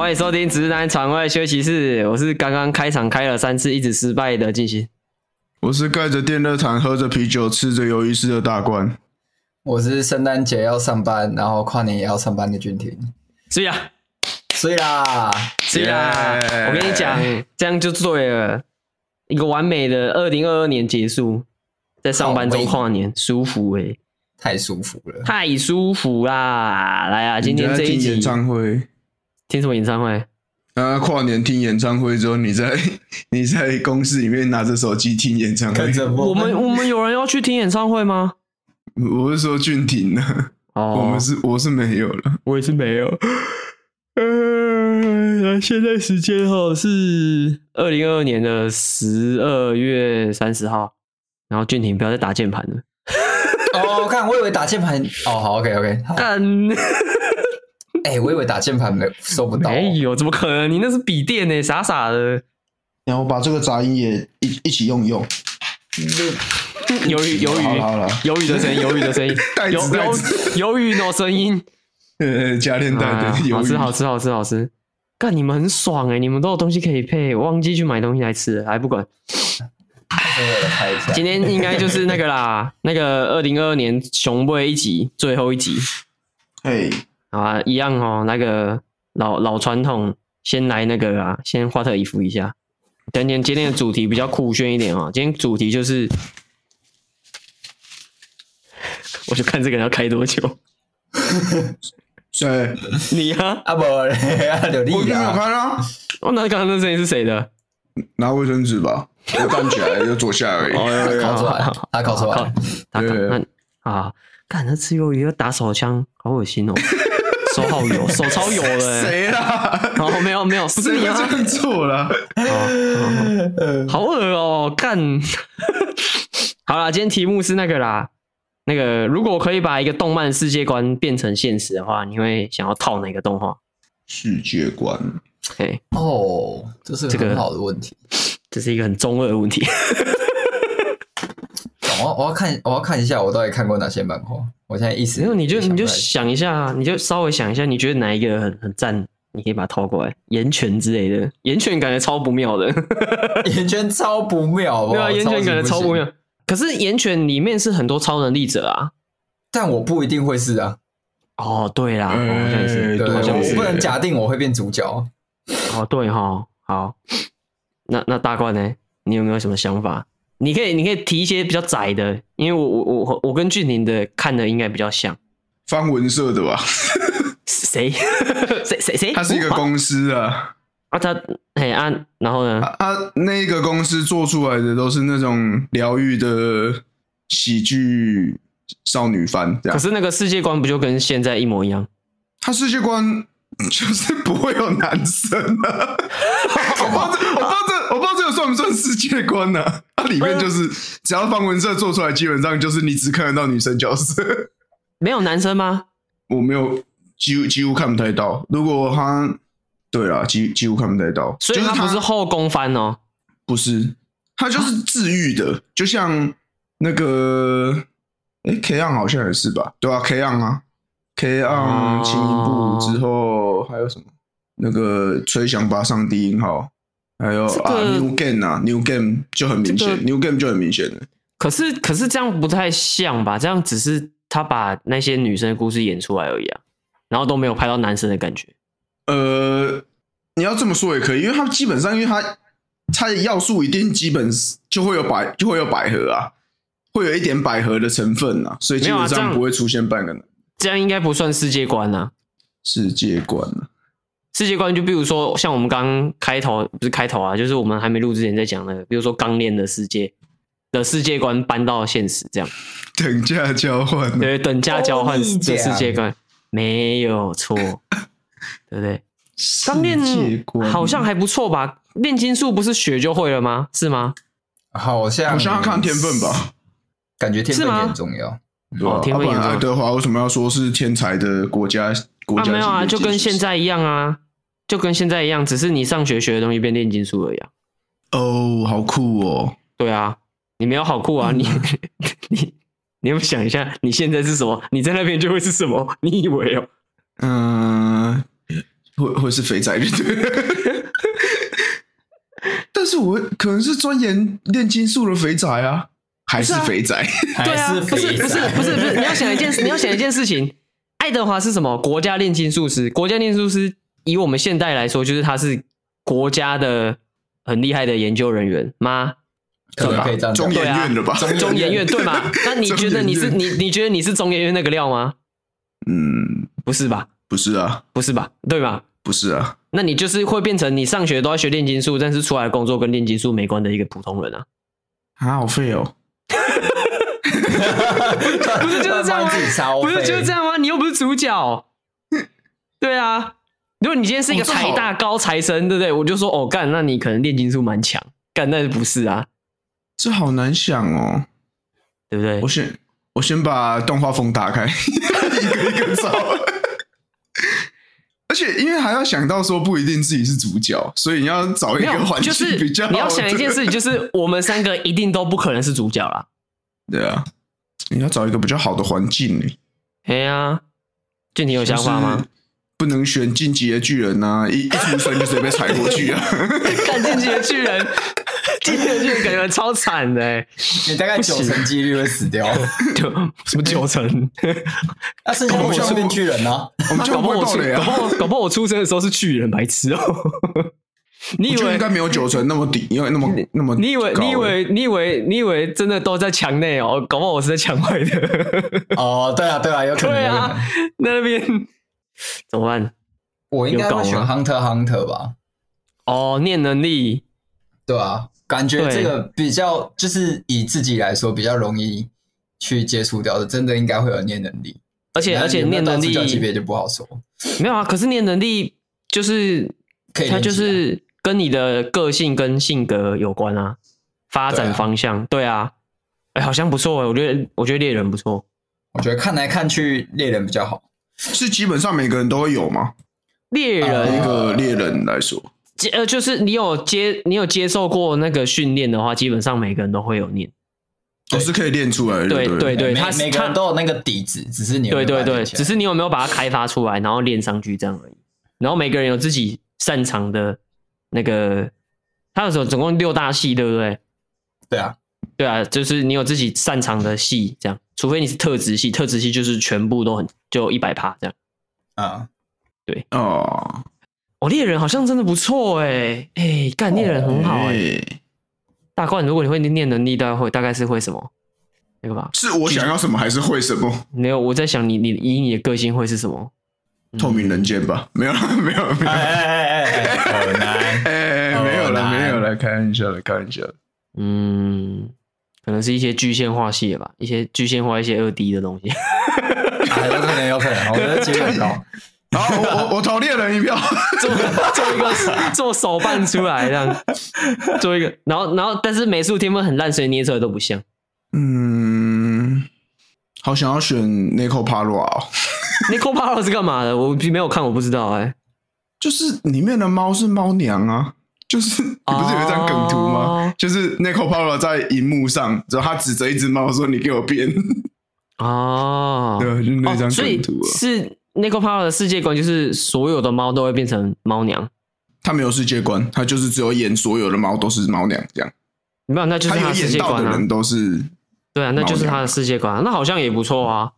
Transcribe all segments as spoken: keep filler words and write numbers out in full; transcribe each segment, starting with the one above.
欢迎收听直男场外休息室，我是刚刚开场开了三次一直失败的进行。 我是盖着电热毯喝着啤酒吃着鱿鱼丝的大官。 我是圣诞节要上班，然后跨年也要上班的俊廷。 是呀， 是啦， 是啦，我跟你讲，这样就对了，一个完美的二零二二年结束，在上班中跨年，舒服诶、欸， 太舒服了， 太舒服啦！来啊，今天这一集听演唱会， 听什么演唱会？ 啊，跨年听演唱会之后，你在你在公司里面拿着手机听演唱会。 我们我们有人要去听演唱会吗？ 我是说俊廷呢，哦，我们是我是没有了， 我也是没有。呃，现在时间哈是二零二二年的十二月三十号，然后俊廷不要再打键盘了。 哦，看我以为打键盘，哦，好 ，OK OK， 干。 哎、欸，我以为打键盘没收不到、哦。 哎呦，怎么可能？你那是笔电呢、欸，傻傻的。 然后把这个杂音也一一起用一用。 鱿鱼，鱿鱼， 好了， 鱿鱼的声音，鱿鱼的声音， 鱿鱿鱿鱼的声音。 呃，加链带的鱿鱼， 好吃，好吃，好吃，好吃。干，你们很爽哎、欸，你们都有东西可以配，我忘记去买东西来吃了，还不管。今天应该就是那个啦，那个二零二二年熊杯一集最后一集。 嘿。 好啊，一样哦，那个老老传统，先来那个啊，先花特衣服一下。今天今天的主题比较酷炫一点哦，今天主题就是，我就看这个人要开多久。 谁？ 你啊？ 啊不，啊有你啊！ 我没有看啊。 哦，那刚刚那声音是谁的？ 拿卫生纸吧，我站起来就坐下而已。 哦，考出来，他考出来， 他考啊！干，那吃鱿鱼要打手枪，好恶心哦。手好油，手超油的、欸。 谁啦？ 哦，没有没有，不是你啊， 这样做了。 哦，好恶哦，干。好啦，今天题目是那个啦，那个如果可以把一个动漫世界观变成现实的话，你会想要套哪个动画？ 世界观。 嘿， 哦，这是个很好的问题， 这是一个很中二的问题。 我要我要看我要看一下我到底看过哪些漫画。我现在意思没有，你就你就想一下，你就稍微想一下，你觉得哪一个很很赞？你可以把它套过来，岩泉之类的，岩泉感觉超不妙的， 岩泉超不妙， 对啊，岩泉感觉超不妙。可是岩泉里面是很多超能力者啊， 但我不一定会是啊。 哦，对啦，欸、好像也是， 对， 好像我不能假定我会变主角。 哦，对哈，好，那那大冠呢？你有没有什么想法？你可以，你可以提一些比较窄的，因为我我我我跟俊廷的看的应该比较像。 方文社的吧？ 谁？谁谁谁？ 他是一个公司啊。 啊，他嘿啊，然后呢？ 啊，啊那个公司做出来的都是那种疗愈的喜剧少女番，这样。 可是那个世界观不就跟现在一模一样？ 他世界观就是不会有男生啊。我不知道这，我不知道这，我不知道这个算不算世界观呢、啊？它里面就是只要方文社做出来，基本上就是你只看得到女生角色， 没有男生吗？ 我没有，几乎几乎看不太到。如果他，对啦，几几乎看不太到。 所以他不是后宫番哦， 不是，他就是治愈的，就像那个，哎 ，K on 好像也是吧？对啊 ，K on 啊 ，K on 轻音部之后还有什么？那个吹响吧上低音号。还有、这个、啊 ，New Game 啊 ，New Game 就很明显、這個、，New Game 就很明显了。 可是，可是这样不太像吧？这样只是他把那些女生的故事演出来而已啊，然后都没有拍到男生的感觉。 呃，你要这么说也可以，因为他基本上，因为他他的要素一定基本就会有百就会有百合啊，会有一点百合的成分啊，所以基本上不会出现半个男。 这样应该不算世界观啊， 世界观啊。 世界观就比如说像我们刚刚开头不是开头啊，就是我们还没录之前在讲的，比如说钢炼的世界的世界观搬到现实这样， 等价交换， 对，等价交换的世界观没有错，对不对？钢炼好像还不错吧？炼金术不是学就会了吗？是吗？ 好像好像要看天分吧， 感觉天分也很重要。 哦，天分也很重要。 爱德华为什么要说是天才的国家？国家啊，没有啊，就跟现在一样啊。就跟现在一样，只是你上学学的东西变炼金术而已啊。 哦，好酷哦！ 对啊，你没有好酷啊！嗯、你你你要想一下，你现在是什么？你在那边就会是什么？你以为哦？ 嗯、呃， 会会是肥宅，对。但是我可能是钻研炼金术的肥宅啊，还是肥宅？ 对啊，不是不是不是不是，你要想一件你要想一件事情，爱德华是什么？国家炼金术师，国家炼金术师以我们现代来说，就是他是国家的很厉害的研究人员吗？ 可能可以这样讲， 中研院的吧？ 对啊、中研院对嘛？那你觉得你是你你觉得你是中研院那个料吗？ 嗯， 不是吧？ 不是啊， 不是吧？对吧？ 不是啊。 那你就是会变成你上学都要学炼金术，但是出来工作跟炼金术没关的一个普通人啊！ 啊，好废哦！ 不是就是这样吗？不是就是这样吗？你又不是主角。对啊，如果你今天是一个财大高材生，对不对？我就说哦干，那你可能炼金术蛮强。干，那不是啊。 这好难想哦， 对不对？ 我先我先把动画风打开，一个一个找。而且因为还要想到说不一定自己是主角，所以你要找一个环境比较好的、就是、 你要想一件事情，就是我们三个一定都不可能是主角啦。 对啊，你要找一个比较好的环境呢。 哎呀，俊廷有想法吗？ 不能选进击的巨人啊！一一出生就直接被踩过去啊！ 看进击的巨人，进击的巨人感觉超惨的、欸， 你大概九成几率会死掉。 就什么九成？ 那剩下我说变巨人呢、啊？ 我们就不会爆雷啊！ 搞不好搞不好我出生的时候是巨人，白痴哦、喔！你以为应该没有九成那么低，因为那么那么你以为你以为你以为你以为真的都在墙内哦？搞不好我是在墙外的。 哦，对啊对啊，有可能。 对啊，那边。怎么办？ 我应该会选 Hunter Hunter 吧。 哦，念能力， 对啊，感觉这个比较就是以自己来说比较容易去接触掉的，真的应该会有念能力。 而且而且念能力级别就不好说。 没有啊，可是念能力就是它就是跟你的个性跟性格有关啊，发展方向。对啊，哎、欸，好像不错哎，我觉得我觉得猎人不错。 我觉得看来看去猎人比较好。 是基本上每个人都会有吗？ 猎人、 一个猎人来说， 呃，就是你有接你有接受过那个训练的话，基本上每个人都会有念， 都是可以练出来的。 对对对， 他每个人都有那个底子，只是你有没有对对对，只是你有没有把它开发出来，然后练上去这样而已。然后每个人有自己擅长的那个，他有时候总共六大系，对不对？ 对啊。 对啊，就是你有自己擅长的系，这样，除非你是特质系，特质系就是全部都很就一百趴这样。 啊， 对哦， 哦，猎人好像真的不错哎，哎，干猎人很好哎、欸。大冠，如果你会念能力，大概会大概是会什么？那个吧？ 是我想要什么还是会什么？ 没有，我在想你你以你的个性会是什么？ 透明人间吧？没有了，没有了，没有了， 哎哎哎哎，好难， 哎，没有了，没有了，开玩笑的，开玩笑的。 嗯。可能是一些具现化系吧，一些具现化一些二 D 的东西， 啊、有可能有可能，我觉得几率很高。 好，我我我投猎人一票， 做做一个做手办出来这样，做一个，然后然后但是美术天分很烂，所以捏出来都不像。 嗯，好想要选 Neko Paro 哦。 Neko Paro 是干嘛的？我没有看，我不知道哎、欸。 就是里面的猫是猫娘啊。就是你不是有一张梗图吗？哦、就是 Neko Paro 在荧幕上，然后他指着一只猫说：“你给我变。” 哦， 对，就是那张梗图、 哦。是 Neko Paro 的世界观，就是所有的猫都会变成猫娘。 他没有世界观，他就是只有演所有的猫都是猫娘这样。 没有，那就是他的世界观啊。他有演到的人都是， 对啊，那就是他的世界观、啊。那好像也不错啊。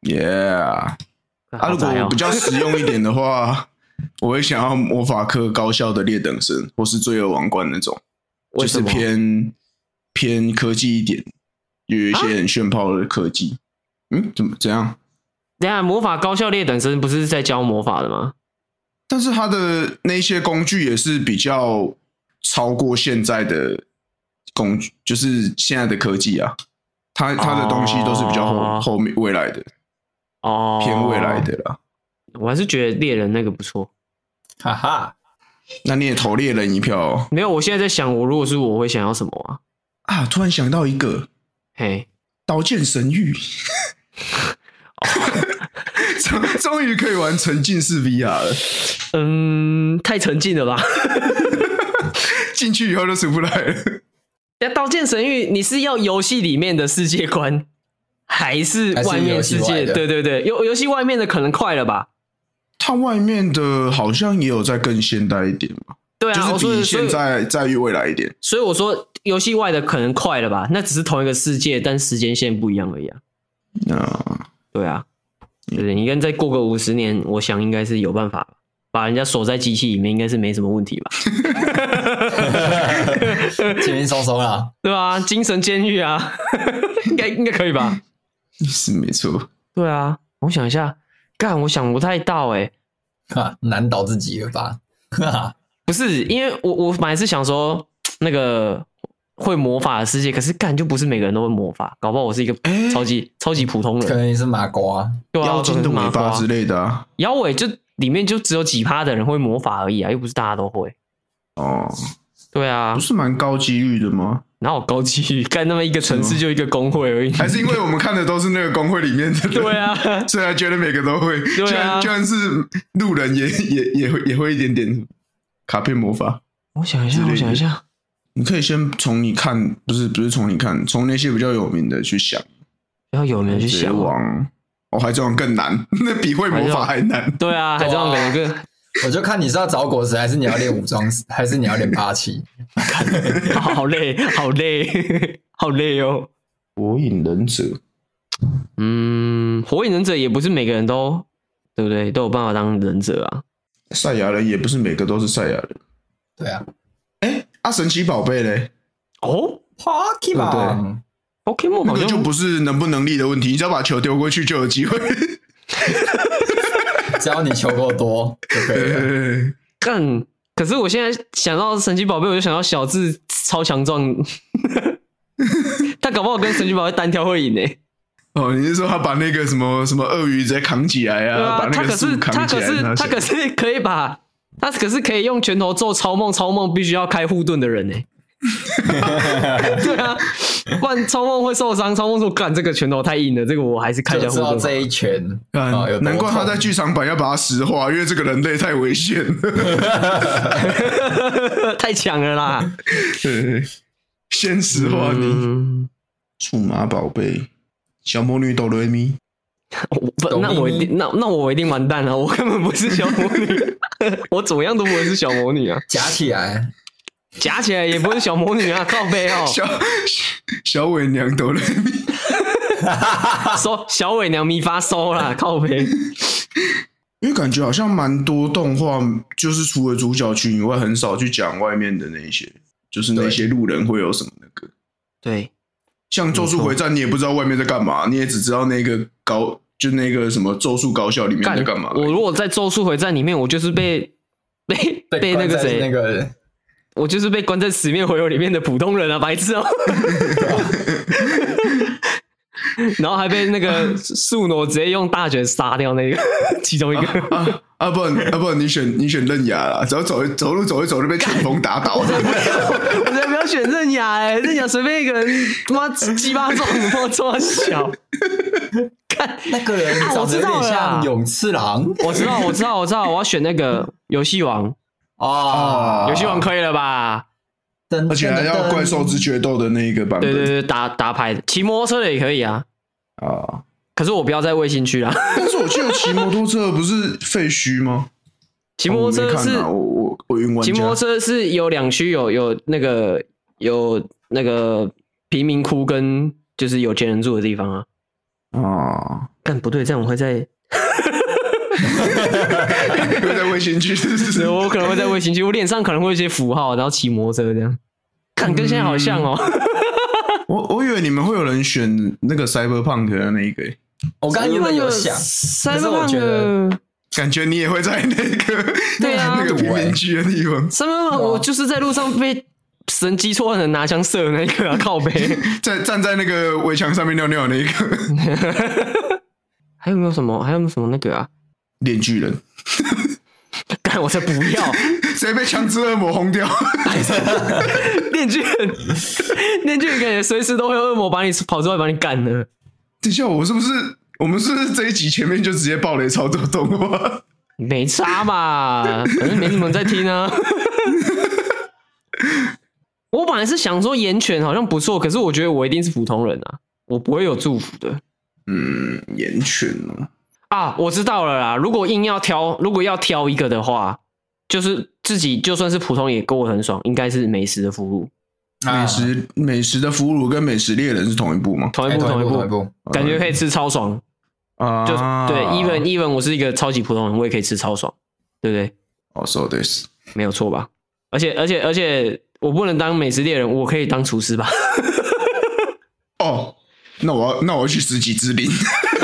Yeah， 啊，如果我比较实用一点的话。我会想要魔法科高校的劣等生，或是罪恶王冠那种，就是偏偏科技一点，有一些很炫炮的科技。啊、嗯，怎么怎样？ 等一下，魔法高校劣等生不是在教魔法的吗？ 但是他的那些工具也是比较超过现在的工具，就是现在的科技啊。他他的东西都是比较后、哦、后面未来的，哦，偏未来的啦。 我还是觉得猎人那个不错， 哈哈。 那你也投猎人一票、哦？ 没有，我现在在想，我如果是我会想要什么啊？ 啊，突然想到一个， 嘿， 刀剑神域，终于可以玩沉浸式 V R 了。 嗯，太沉浸了吧？ 进去以后就出不来了。 刀剑神域，你是要游戏里面的世界观？还是外面世界？对对对，游游戏外面的可能快了吧？ 它外面的好像也有再更现代一点吧？ 对啊， 就是比现在再越未来一点。 所以我说，游戏外的可能快了吧？那只是同一个世界，但时间线不一样而已啊。 啊， 对啊，对不对？你跟再过个五十年，我想应该是有办法把人家锁在机器里面，应该是没什么问题吧？ 轻轻松松啦， 对吧？精神监狱啊，应该应该可以吧？ 是没错。 对啊，我想一下，干，我想不太到哎、 欸，难倒自己了吧？ 不是，因为我我本来是想说那个会魔法的世界，可是干就不是每个人都会魔法，搞不好我是一个超级、欸、超级普通人， 可能你是麻瓜， 对啊， 妖精的尾巴之类的啊， 妖尾就里面就只有几趴的人会魔法而已啊，又不是大家都会。 哦， 对啊， 不是蛮高几率的吗？ 哪有高几率？干那么一个城市就一个工会而已， 还是因为我们看的都是那个工会里面的人？ 对啊， 所以觉得每个都会， 对啊， 就算是路人也也也会也会一点点卡片魔法。 我想一下，我想一下， 你可以先从你看，不是不是从你看，从那些比较有名的去想， 比较有名的去想。 海贼王，哦，海贼王更难，那比会魔法还难。 对啊，海贼王感觉更。 我就看你是要找果实，还是你要练武装，还是你要练霸气？ 好累，好累，好累哦。 火影忍者， 嗯，火影忍者也不是每个人都对不对都有办法当忍者啊。 赛亚人也不是每个都是赛亚人。 对啊， 哎、欸，啊，神奇宝贝嘞？ 哦 ，Pokemon， Pokemon 那个就不是能不能力的问题，你只要把球丢过去就有机会。 只要你球够多就可以了。 干，可是我现在想到神奇宝贝，我就想到小智超强壮，他搞不好跟神奇宝贝单挑会赢诶。 哦，你是说他把那个什么什么鳄鱼直接扛起来啊？ 啊把那个树扛起来？ 他可是他可是可以把，他可是可以用拳头做超梦，超梦必须要开护盾的人诶。对啊，不然超梦会受伤。超梦说：“干，这个拳头太硬了，这个我还是开一下护盾。” 这一拳、 哦、难怪他在剧场版要把它石化，因为这个人类太危险了， 太强了啦！ 先石化你。数码宝贝，小魔女哆瑞咪。 不，那我一定，那那我一定完蛋了。我根本不是小魔女，我怎么样都不会是小魔女啊！ 夹起来。 夹起来也不是小魔女啊，靠背哦。 小小伪娘哆来咪， 收小伪娘咪发收啦，靠背。 因为感觉好像蛮多动画，就是除了主角群以外，很少去讲外面的那一些，就是那些路人会有什么那个。 对， 像《咒术回战》，你也不知道外面在干嘛，你也只知道那个高，就那个什么咒术高校里面在干嘛。 我如果在《咒术回战》里面，我就是被被被那个谁那个。 我就是被关在死面回游里面的普通人啊，白痴哦、喔！然后还被那个树挪直接用大卷杀掉那个其中一个啊啊啊！不然啊不然你选你选刃牙啦，只要走走路走一走就被拳风打倒。 我才不要，我才不要选刃牙哎、欸！刃牙随便一个人他妈鸡巴重，我这么小。看那个人长得有点像勇次郎， 我知道我知道我知道，我要选那个游戏王。哦，游戏王可以了吧？ 而且还要怪兽之决斗的那一个版本。 对对对，打打牌，骑摩托车的也可以啊。 啊， 可是我不要在卫星区啦。 但是我记得骑摩托车不是废墟吗？ 骑摩托车是， 我我我云玩家。 骑摩托车是有两区，有有那个有那个贫民窟跟就是有钱人住的地方啊。 啊， 但不对，这样我会在。 会在卫星区，是不是？ 我可能会在卫星区，我脸上可能会有一些符号，然后骑摩托车这样，看跟现在好像哦。 我我以为你们会有人选那个 Cyberpunk 的那一个， 我刚刚原本有想，可是我觉得感觉你也会在那个对啊那个贫民区的地方。 Cyberpunk 我就是在路上被神机错人拿枪射的那个啊，靠北， 在站在那个围墙上面尿尿的那一个。 还有没有什么？还有没有什么那个啊？ 炼巨人， 干我才不要！ 谁被枪支恶魔轰掉？ 炼巨人，炼巨人感觉随时都会有恶魔把你跑出来把你干了。 等一下，我是不是我们是不是这一集前面就直接爆雷超多动画？ 没差吧，反正没什么人在听啊。我本来是想说岩泉好像不错，可是我觉得我一定是普通人啊，我不会有祝福的。 嗯，岩泉哦。 啊，我知道了啦。如果硬要挑，如果要挑一个的话，就是自己就算是普通也过得很爽，应该是美食的俘虏。 美食美食的俘虏跟美食猎人是同一部吗？ 同一部， 欸、 同一部， 同一部， 感觉可以吃超爽。 啊， 就对 ，even even 我是一个超级普通人，我也可以吃超爽，对不对？ 哦 ，so this 没有错吧？而且而且而且，我不能当美食猎人，我可以当厨师吧？ 哦，那我要那我要去十级之林。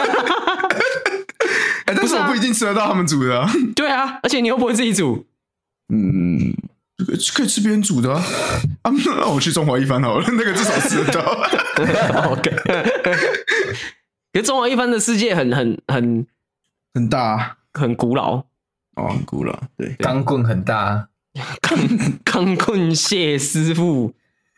哎、欸，但是我不一定吃得到他们煮的、啊。对啊，而且你又不会自己煮。 嗯。可以吃别人煮的啊！啊那我去中华一番好了，那个至少吃得到。 OK， 可是中华一番的世界很很很很大， 很古老哦，很古老。对， 钢棍很大， 钢钢棍谢师傅。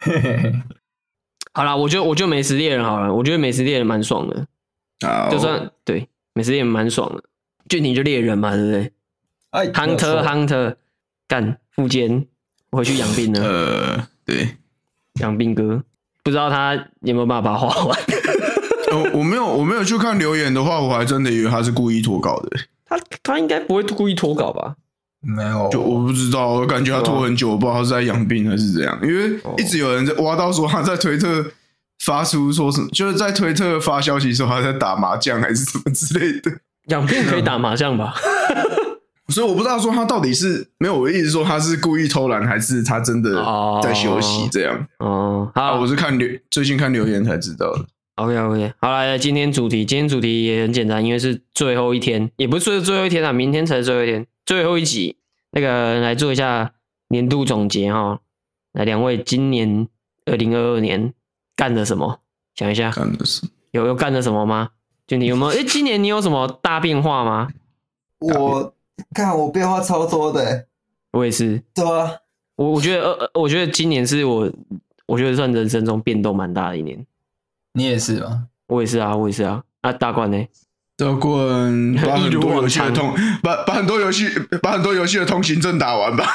好啦，我觉得我觉得美食猎人好了，我觉得美食猎人蛮爽的。 好， 就算对美食猎人蛮爽的，就你就猎人嘛，对不对？ 哎 ，Hunter Hunter 干附件。回去养病了， 呃，对， 养病哥，不知道他有没有办法把它画完。 呃，我没有，我没有去看留言的话，我还真的以为他是故意脱稿的。 他他应该不会故意脱稿吧？ 没有， 就我不知道，我感觉他拖很久，我不知道他是在养病还是怎样，因为一直有人在挖到说他在推特发出说什么，就是在推特发消息说他在打麻将还是什么之类的。 养病可以打麻将吧？ 所以我不知道说他到底是没有，我的意思说他是故意偷懒，还是他真的在休息这样。 哦，好、 啊，我是看留最近看留言才知道的。 OK OK， 好来，今天主题，今天主题也很简单，因为是最后一天，也不是最后一天啊，明天才是最后一天，最后一集，那个来做一下年度总结哈。来，两位今年二零二二年干了什么？想一下， 干了什么？ 有有干了什么吗？就你有没有？哎，今年你有什么大变化吗？ 我看我变化超多的， 我也是。 对啊， 我我觉得呃，我觉得今年是我，我觉得算人生中变动蛮大的一年。 你也是吗？ 我也是啊，我也是啊。啊，大冠呢？ 大冠把很多游戏的通，把把很多游戏，把很多游戏的通行证打完吧。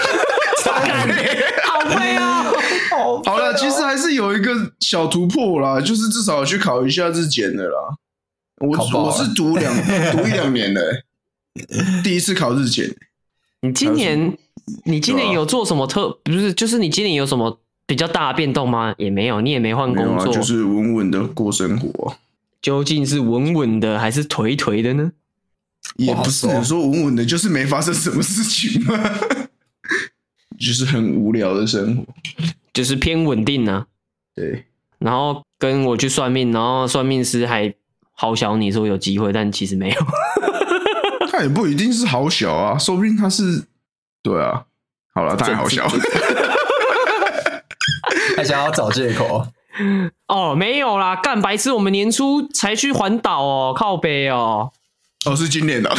好废哦！ 好了，其实还是有一个小突破啦，就是至少去考一下日检的啦。我我是读两读一两年的、欸，第一次考日检。 你今年你今年有做什么特？不是，就是你今年有什么比较大的变动吗？也没有，你也没换工作， 啊、就是稳稳的过生活、啊。 究竟是稳稳的还是颓颓的呢？ 也不是说稳稳的，就是没发生什么事情嘛，就是很无聊的生活， 就是偏稳定啊。 对， 然后跟我去算命，然后算命师还好小你说有机会，但其实没有。 他也不一定是好小啊，说不定他是，对啊，好了，他也好小， 还想要找借口。 哦，没有啦，干白痴！我们年初才去环岛哦，靠北哦。 哦，是今年的、哦。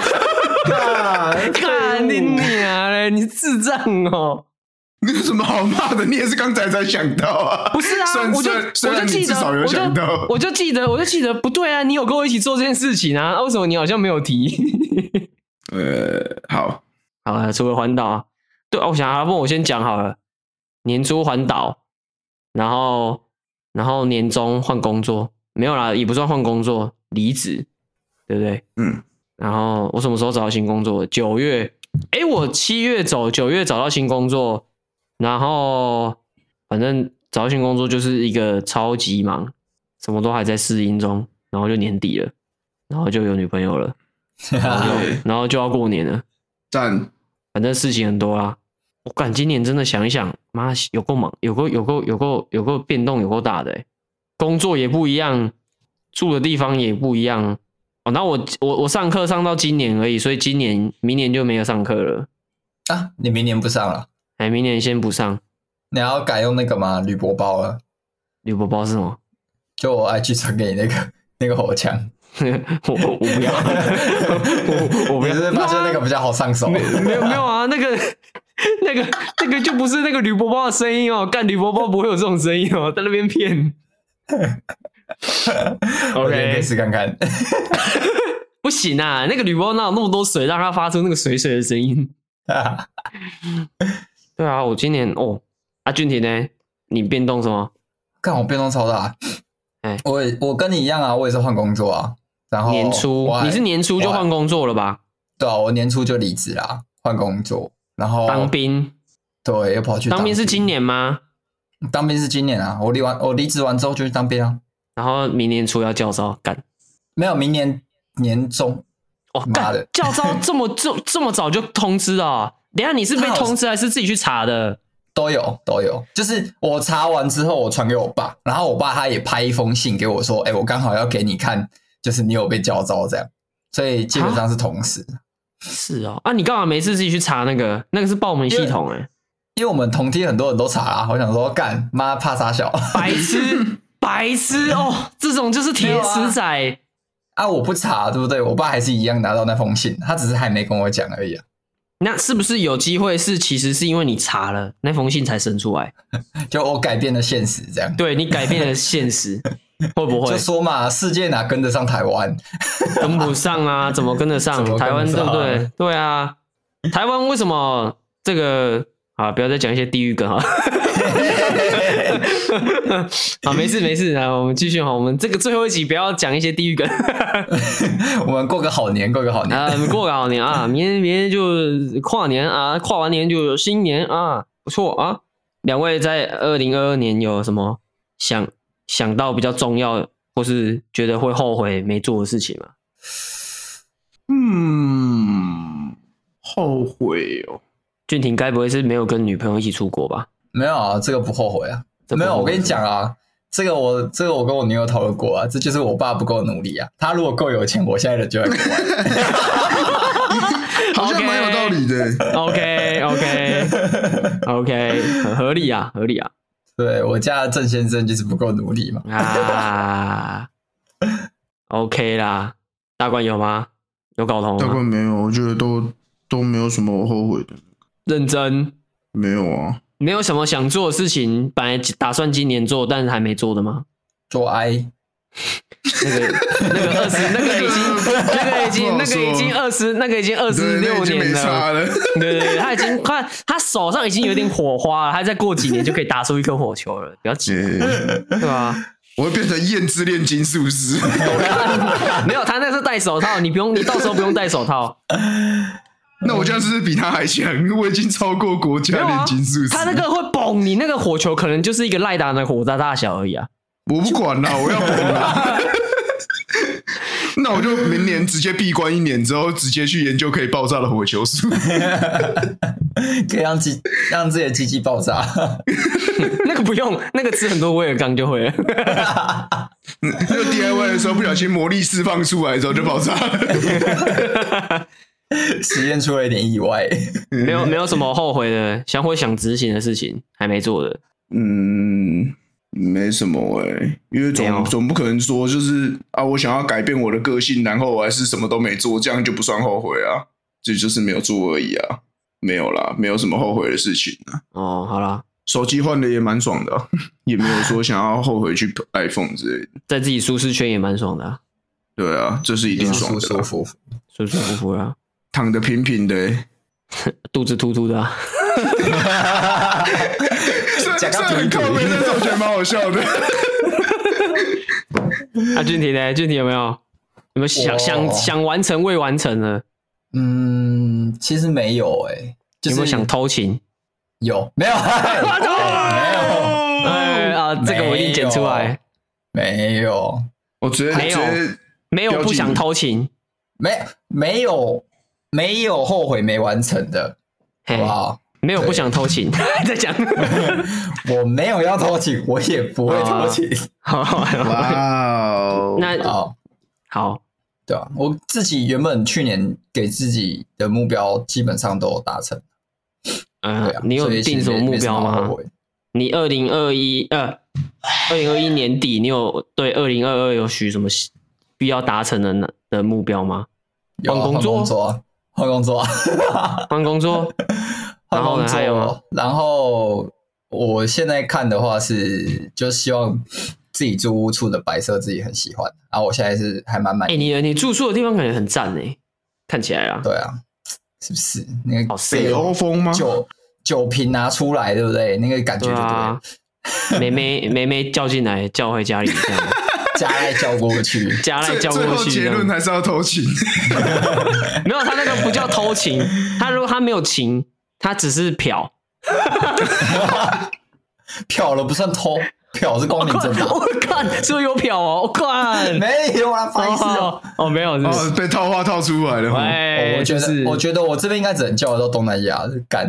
干你娘嘞！你智障哦！ 你有什么好骂的？你也是刚才才想到啊？ 不是啊，我就我就记得， 有想到我就我就记得，我就记得不对啊！你有跟我一起做这件事情啊？为什么你好像没有提？ 呃，好， 好了，除了环岛啊，对，我想要问我先讲好了，年初环岛。然后，然后年终换工作，没有啦，也不算换工作，离职，对不对？ 嗯。 然后我什么时候找到新工作？九月，诶，我七月走，九月找到新工作，然后反正找到新工作就是一个超级忙，什么都还在适应中，然后就年底了，然后就有女朋友了，然后就, 然后就要过年了， 赞， 反正事情很多啦。我感今年真的想一想，妈有够忙，有够有够有够有够变动，有够大的、欸、工作也不一样，住的地方也不一样哦。那我我我上课上到今年而已，所以今年明年就没有上课了啊。你明年不上了？ 哎，明年先不上。 你要改用那个吗？铝箔包了？ 铝箔包是什么？ 就我 I G 传给你那个那个火枪。 我我不要，我我不要。 你是发现那个比较好上手？ 没有没有啊，那个那个那个就不是那个铝箔包的声音哦，干铝箔包不会有这种声音哦，在那边骗。 OK， 可以试看看。 不行啊，那个铝箔包哪有那么多水，让它发出那个水水的声音？对啊，我今年哦，阿俊廷呢？你变动什么？ 看我变动超大。哎，我也我跟你一样啊，我也是换工作啊。 然后年初你是年初就换工作了吧？ 对啊，我年初就离职啦，换工作，然后当兵。 对，又跑去当兵。 当兵是今年吗？ 当兵是今年啊，我离完我离职完之后就去当兵啊。 然后明年初要教招，干没有，明年年中。 哦，妈的，教招这么这这么早就通知啊？等一下你是被通知还是自己去查的？ 都有都有，就是我查完之后我传给我爸，然后我爸他也拍一封信给我说，哎、欸，我刚好要给你看，就是你有被教招这样，所以基本上是同时。 是哦，啊，你干嘛没事自己去查那个？那个是报门系统哎、欸， 因为我们同梯很多人都查啦，我想说干妈怕傻小， 白痴白痴哦，这种就是铁齿仔啊, 啊！我不查对不对？我爸还是一样拿到那封信，他只是还没跟我讲而已啊。 那是不是有机会是其实是因为你查了那封信才生出来？ 就我改变了现实这样。 对，你改变了现实。会不会就说嘛，世界哪跟得上台湾？ 跟不上啊，怎么跟得上？ 得上台湾对不对？对啊，台湾为什么这个啊？不要再讲一些地狱梗哈。好，没事没事啊，我们继续哈。我们这个最后一集不要讲一些地狱梗。 我们过个好年，过个好年啊，过个好年啊！明天明天就跨年啊，跨完年就有新年啊，不错啊。两位在二零二二年有什么想？想到比较重要，或是觉得会后悔没做的事情吗？ 嗯，后悔哦。 俊廷该不会是没有跟女朋友一起出国吧？ 没有啊，这个不后悔啊。没有，我跟你讲啊，这个我这个我跟我女友讨论过啊，这就是我爸不够努力啊。他如果够有钱，我现在人就在国外。 好像蛮有道理的。 OK OK OK， 很合理啊，合理啊。 对，我家的郑先生就是不够努力嘛。 啊 ，OK 啦，大冠有吗？有搞头吗？ 大冠没有，我觉得都都没有什么后悔的。 认真？ 没有啊。 没有什么想做的事情，本来打算今年做，但是还没做的吗？ 做 I。 那个那个二十，那个已经，那个已经，那个已经二十，那个已经二十六年了。 了对对对，他已经他他手上已经有点火花了，他再过几年就可以打出一颗火球了，不要急，对吧？ 我会变成燕之炼金术师。 没有，他那是戴手套，你不用，你到时候不用戴手套。 那我这样是不是比他还强？我已经超过国家炼金术师、 啊。他那个会嘣，你那个火球可能就是一个赖达的火炸大小而已啊。 我不管啦，我要崩啦。那我就明年直接闭关一年之后，直接去研究可以爆炸的火球术， 可以让鸡让自己的鸡鸡爆炸。 那个不用，那个吃很多威尔刚就会了。 那个 D I Y 的时候不小心魔力释放出来之后就爆炸了。 实验出了一点意外。 没有没有什么后悔的，想或想执行的事情还没做的。 嗯。没什么哎、欸，因为总总不可能说就是啊，我想要改变我的个性，然后我还是什么都没做，这样就不算后悔啊，这就是没有做而已啊，没有啦，没有什么后悔的事情啊。 哦，好啦， 手机换的也蛮爽的、啊，也没有说想要后悔去 iPhone 之类的， 在自己舒适圈也蛮爽的、啊。 对啊，这是一定爽的， 舒舒服服， 舒舒服服啊， 躺得平平的、欸， 肚子突突的、啊。 这这很靠背，但是我觉得蛮好笑的。 啊，俊廷呢？俊廷有没有有没有想想想完成未完成的？ 嗯，其实没有哎、欸就是， 有没有想偷情？ 有没有？欸、没有？ 哎啊，这个我一定剪出来。 没有， 我直接没有没有不想偷情， 没没有没有后悔没完成的，好不好？ 没有不想偷情，在讲。 我没有要偷情，我也不会偷情。 好， 哇哦， 那好， 好， 对啊，我自己原本去年给自己的目标基本上都有达成。 嗯、 呃啊， 你有定什么目标吗？你二零二一呃，二零二一年底，你有对二零二二有许什么必要达成的的目标吗？ 换工作，换工作， 换工作。然后呢？还有吗？ 然后我现在看的话是，就希望自己住屋处的摆设自己很喜欢。然后我现在是还蛮满意。 哎、欸，你你住宿的地方感觉很赞哎，看起来啊。 对啊，是不是？那个北欧风吗？ 酒酒瓶拿出来，对不对？那个感觉就对了。 对啊，妹妹妹妹叫进来，叫回家里这样。 加赖叫过去， 加赖叫过去。 最后结论还是要偷情。 没有，他那个不叫偷情，他如果他没有情，他只是瞟。 瞟了不算偷，瞟是光明正大。 我看是不是有瞟哦？我看没有啦，不好意思哦。 哦，没有， 哦，被套话套出来了。 哎， 我觉得， 就是我觉得我这边应该只能叫得到东南亚干。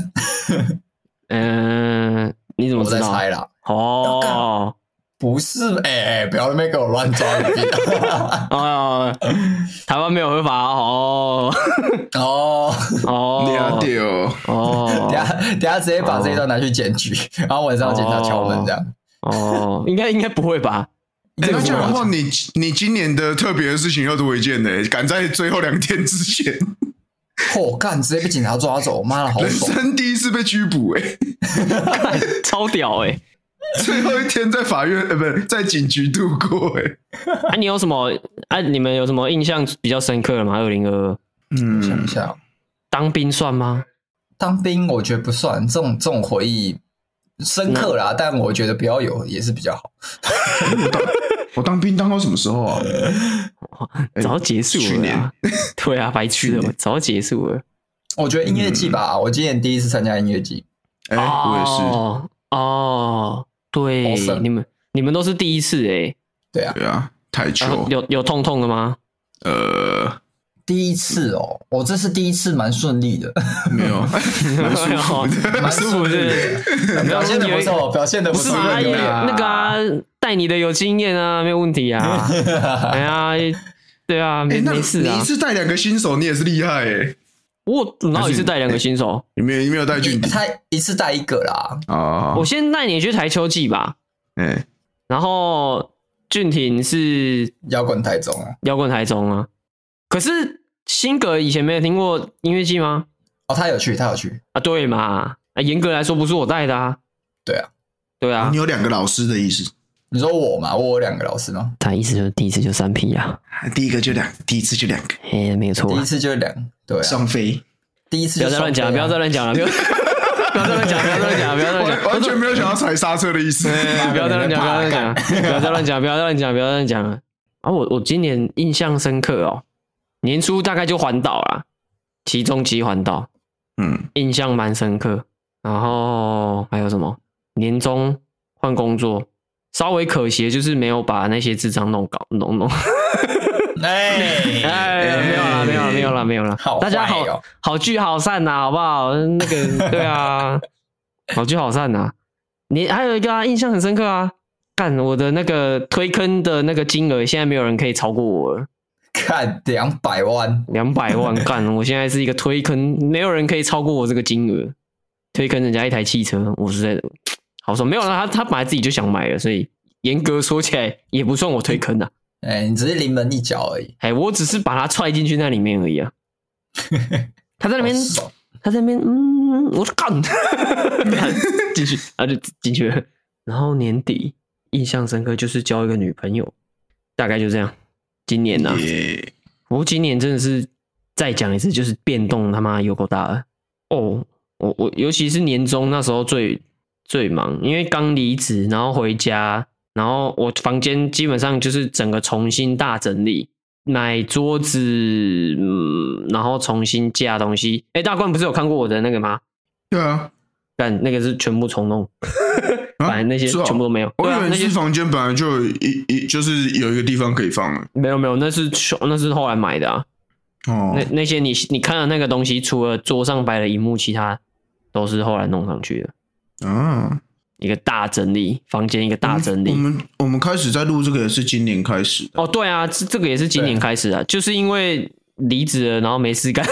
嗯，你怎么知道？ 我在猜啦。 哦， 不是，哎、欸、哎，不要在那边给我乱抓语病。 哦，台湾没有合法哦。 哦哦， 了解哦。 哦， 等下等下直接把这一段拿去检举，然后晚上警察敲门这样。 哦，应该应该不会吧？ 欸、那这样的话，你你今年的特别的事情要多一件呢、欸，赶在最后两天之前。 嚯、哦，干！直接被警察抓走，妈的，好人爽！ 生第一次被拘捕、欸， 哎，超屌哎、欸！ 最后一天在法院，呃，不，在警局度过、欸，哎。 啊，你有什么？啊，你们有什么印象比较深刻的吗？二零二二， 嗯， 想一下， 当兵算吗？ 当兵我觉得不算，这种这种回忆深刻啦，但我觉得不要有也是比较好。 我当我当兵当到什么时候啊？ 早结束了、啊， 去年对啊，白痴了，早结束了。 我觉得音乐季吧，嗯、我今年第一次参加音乐季。 哎、欸，我也是。 哦，哦对，你们你们都是第一次哎、欸。 对啊， 对啊，台球、 啊、有有痛痛的吗？ 呃。 第一次哦，我这是第一次，蛮顺利的。 没有，蛮舒服的， 蛮舒服的，表现的不错，表现的不错。不是嘛？那个啊，带你的有经验啊，没有问题啊。哎呀，对啊，没没事啊。 你一次带两个新手，你也是厉害哎。 我哪有一次带两个新手？ 你没有，你没有带俊迪， 他一次带一个啦。 哦， 我先带你去台秋季吧。 哎， 然后俊廷是摇滚台中啊， 摇滚台中啊。可是新格以前没有听过音乐季吗？ 哦，他有去，他有去啊，对嘛？啊，严格来说不是我带的啊。 对啊， 对啊， 你有两个老师的意思？ 你说我嘛？我有两个老师吗？ 他意思就是第一次就三批啊， 第一个就两，第一次就两个， 哎，没有错， 第一次就两，对、啊， 双飞。 第一次就、啊、不要再乱讲，不要再乱讲了，不要不要再乱讲，不要再乱讲，不要再乱讲， 完全没有想要踩刹车的意思。 不要再乱讲，不要再乱讲，不要再乱讲，不要再乱讲，不要再乱讲了。啊，我我今年印象深刻哦。年初大概就环岛啦，期中期环岛， 嗯， 印象蛮深刻。然后还有什么？年终换工作，稍微可惜的就是没有把那些智障弄搞弄弄。 哎哎，没有啦，没有啦，没有啦，没有啦。 好、哦， 大家好好聚好散呐、啊，好不好？那个对啊，好聚好散呐、啊。你还有一个啊，印象很深刻啊，干我的那个推坑的那个金额，现在没有人可以超过我了。 看两百万， 两百万干！我现在是一个推坑，没有人可以超过我这个金额。推坑人家一台汽车，我实在好说没有了。他他本来自己就想买了，所以严格说起来也不算我推坑啊。 哎、欸，你只是临门一脚而已。 哎，我只是把他踹进去那里面而已啊。他在那边，他在那边，嗯，我说干，进去，他就进去了。然后年底印象深刻就是交一个女朋友，大概就这样。今年呢、啊，不过今年真的是再讲一次，就是变动他妈有够大了哦！我我尤其是年终那时候最最忙，因为刚离职，然后回家，然后我房间基本上就是整个重新大整理，买桌子，嗯，然后重新架东西。哎，大冠不是有看过我的那个吗？ 对啊， 但那个是全部重弄。本来那些全部都没有， 我以为那些房间本来就有一一就是有一个地方可以放了。 没有没有，那是那是后来买的啊。 哦， 那那些你你看的那个东西，除了桌上摆的萤幕，其他都是后来弄上去的。 啊， 一个大整理，房间一个大整理。 我们我们开始在录这个也是今年开始的。 哦，对啊，这这个也是今年开始啊，就是因为离职了，然后没事干。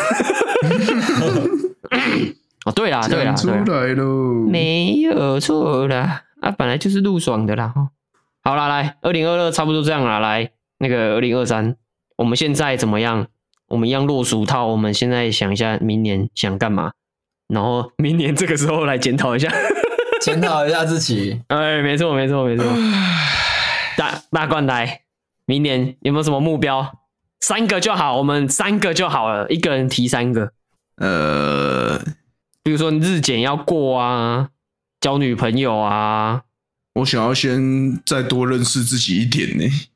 哦，对啦，对啦， 出来喽， 没有错啦，啊，本来就是录爽的啦。好啦，来，二零二二差不多这样啦，来，那个二零二三，我们现在怎么样？我们一样落俗套，我们现在想一下明年想干嘛，然后明年这个时候来检讨一下， 检讨一下自己。 哎，没错，没错，没错。大大冠来，明年有没有什么目标？三个就好，我们三个就好了，一个人提三个。 呃。 比如说日检要过啊，交女朋友啊， 我想要先再多认识自己一点呢。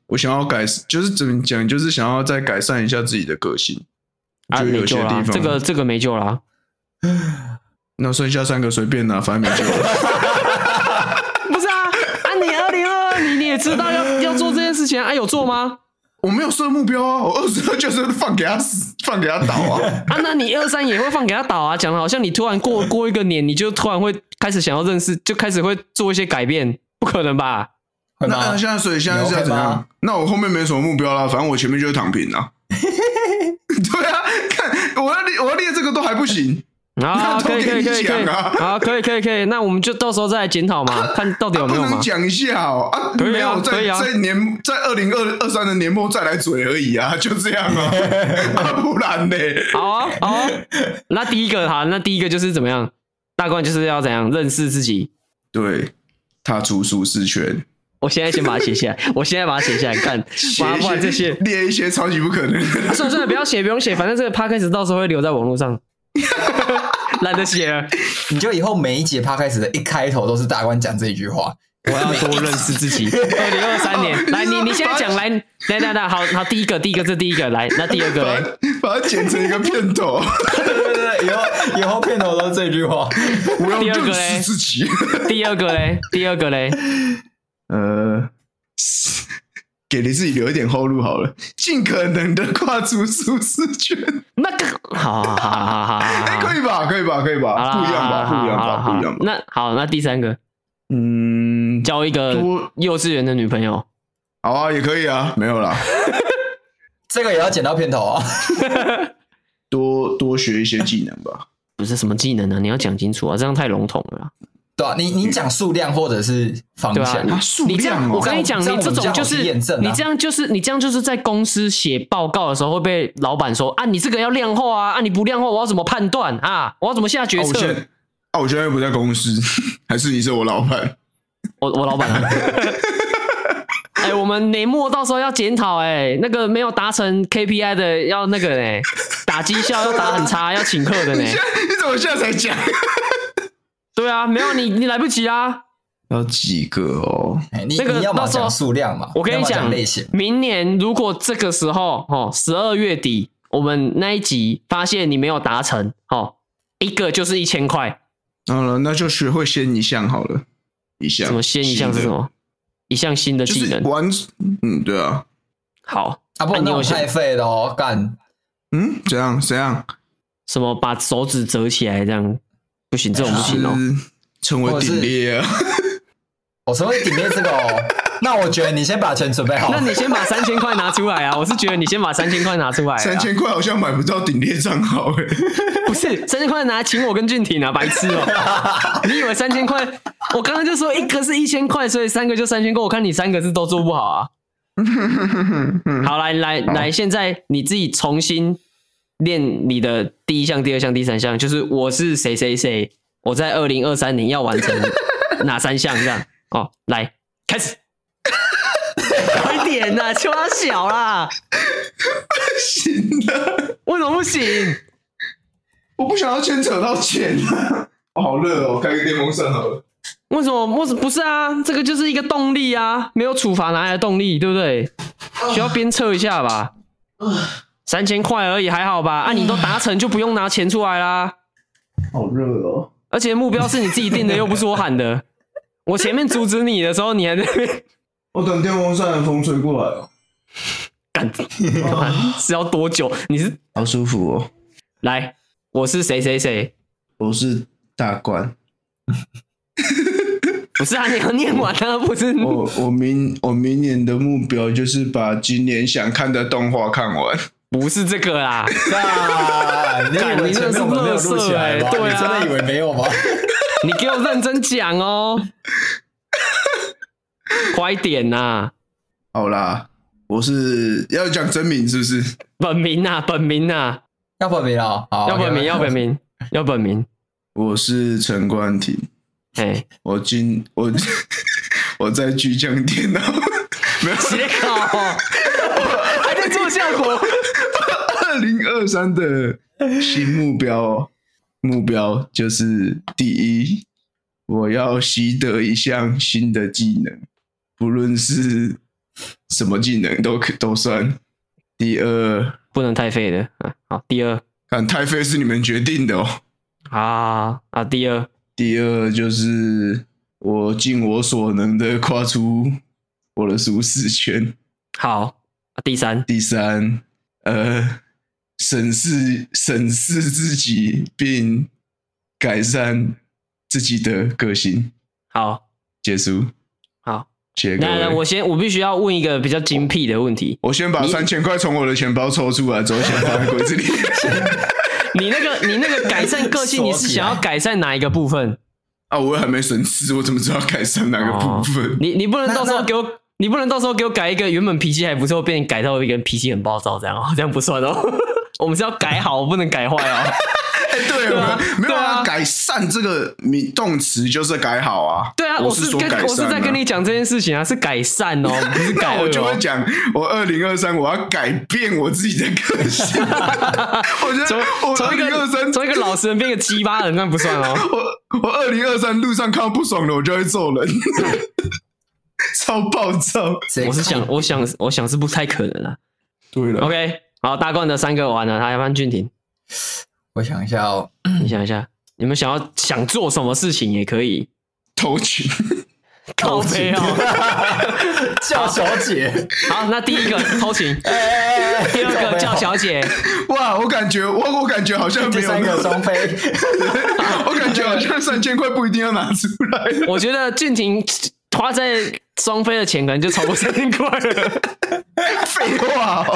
我想要改，就是怎么讲，就是想要再改善一下自己的个性。 啊，没救啦，这个这个没救啦。 那剩下三个随便拿，反正没救了。 不是啊，啊你二零二二你你也知道要要做这件事情啊，有做吗？ 我没有设目标啊，我二十二就是放给他死，放给他倒啊。 啊，那你二三也会放给他倒啊？讲的好像你突然过过一个年，你就突然会开始想要认识，就开始会做一些改变，不可能吧？ 那那现在所以现在是要怎样？那我后面没什么目标啦，反正我前面就是躺平啊。对啊，看我要列我要列这个都还不行。 啊，可以可以可以可以啊，可以可以可以，那我们就到时候再来检讨嘛，看到底有没有嘛。 不能讲一下哦啊， 可以啊， 没有可以啊， 在年在二零二二三的年末再来嘴而已啊，就这样啊，啊不然呢？ 好啊好啊，那第一个好，那第一个就是怎么样？大关就是要怎样认识自己， 对，踏出舒适圈。 我现在先把它写下来，我现在把它写下来看，麻烦这些列一些超级不可能。 啊，算了算了，不要写，不用写，反正这个 podcast 到时候会留在网络上。懒得写了， 你就以后每一节 podcast 的一开头都是大官讲这一句话。 我要多认识自己。二零二三年，来，你你现在讲来，来来来，好好，第一个，第一个，这第一个，来，那第二个嘞， 把它剪成一个片头。 对对对，以后以后片头都是这句话。 我要第二个嘞， 自己。 第二个嘞，第二个嘞， 呃。给你自己留一点后路好了，尽可能的跨出舒适圈。 那个，好好好好好， 哎，可以吧？可以吧？可以吧？不一样吧？不一样吧？不一样吧？ 那好，那第三个， 嗯， 交一个幼稚园的女朋友。 好啊，也可以啊，没有啦。 这个也要剪到片头啊。 多多学一些技能吧。 不是什么技能啊，你要讲清楚啊，这样太笼统了啦。 对啊，你你讲数量或者是方向， 啊、数量、 哦、我跟你讲，你这种就是你这样就是你这样就是在公司写报告的时候会被老板说啊，你这个要量化啊，啊你不量化我要怎么判断啊？我要怎么下决策？ 啊，我现在，啊、我现在又不在公司，还是你是我老板？ 我我老板啊。哎、欸，我们年末到时候要检讨，哎，那个没有达成 K P I 的要那个呢，打绩效要打很差，要请客的呢。 你, 你怎么现在才讲？ 对啊，没有你，你来不及啊！ 要几个哦？ 欸、你那个你要么讲数量嘛， 我跟你讲，明年如果这个时候哦，十二月底我们那一集发现你没有达成，哦，一个就是一千块。 好了，那就学会先一项好了，一项。 什么先一项是什么？一项新的技能。 就是、完，嗯，对啊。 好啊，不然那种太废了哦，干。 嗯，怎样？怎样？ 什么把手指折起来这样？不行，这种不行哦。 成为顶猎啊！ 我成为顶猎这个哦，那我觉得你先把钱准备好。 那你先把三千块拿出来啊！我是觉得你先把三千块拿出来、啊。 三千块好像买不到顶猎账号哎。 不是，三千块拿请我跟俊廷啊，白痴哦！你以为三千块？我刚刚就说一个是一千块，所以三个就三千块。我看你三个是都做不好啊。好，来来来，现在你自己重新。练你的第一项、第二项、第三项，就是我是谁谁谁，我在二零二三年要完成哪三项这样哦。来，开始，快点呐，秋他小啦， 不行的， 为什么不行？ 我不想要牵扯到钱啊，哦、好热哦，开个电风扇好了。 为什么？为什么不是啊？这个就是一个动力啊，没有处罚哪来的动力，对不对？需要鞭策一下吧。三千块而已，还好吧？啊，你都达成就不用拿钱出来啦。 好热哦！ 而且目标是你自己定的，又不是我喊的。我前面阻止你的时候，你还在那边。 我等电风扇的风吹过来哦。 干，是要多久？你是好舒服哦。 来，我是谁谁谁？ 我是大冠。 不是啊，你要念完啊，不是？ 我我明我明年的目标就是把今年想看的动画看完。 不是这个啦， 啊！你以为前面我们没有录起来吗？ 对啊， 你真的以为没有吗？ 你给我认真讲哦，快点呐、啊！ 好啦，我是要讲真名是不是？ 本名啊，本名啊， 要本名啊、哦， 要本名，要本名，要本名。 我是陈冠廷。 哎， 我今我我在巨匠电脑没有写稿，还在做效果。 二零二三的新目标，目标就是第一，我要习得一项新的技能，不论是什么技能都可都算。第二， 不能太废的。啊、好，第二， 看太废是你们决定的哦。 啊啊，第二， 第二就是我尽我所能的跨出我的舒适圈。 好，啊、第三， 第三，呃，审视审视自己并改善自己的个性。 好， 结束。 好， 谢谢各位。 那我先，我必须要问一个比较精辟的问题。 我先把三千块从我的钱包抽出来，之后先放在柜子里。 你那个，你那个改善个性，你是想要改善哪一个部分啊？我还没审视，我怎么知道改善哪个部分？ 哦、你你不能到时候给我，你不能到时候给我改一个原本脾气还不错，变改到一个人脾气很暴躁，这样哦，这样不算哦。我们是要改好，不能改坏哦。 哎、欸，对， 对啊， 没有啊， 啊改善这个名动词就是改好啊。 对啊， 我是跟说改善、啊、 我是在跟你讲这件事情啊，是改善哦，不是改、哦。 我就会讲，我二零二三我要改变我自己的个性。我觉得我从一个从一个老实人变个鸡巴人，那不算哦。 我我二零二三路上看到不爽的，我就会揍人，超暴躁。 我是想，我想，我想是不太可能啊。 对了 ，OK， 好，大冠的三个完了，他要不然俊廷。 我想一下哦， 你想一下，你们想要想做什么事情也可以。 偷情， 偷情哦， 叫小姐。 好，那第一个偷情，第二个叫小姐。 哇，我感觉我我感觉好像没有。 第三个双飞， 我感觉好像三千块不一定要拿出来。 我觉得俊廷花在双飞的钱可能就超过三千块了。 废话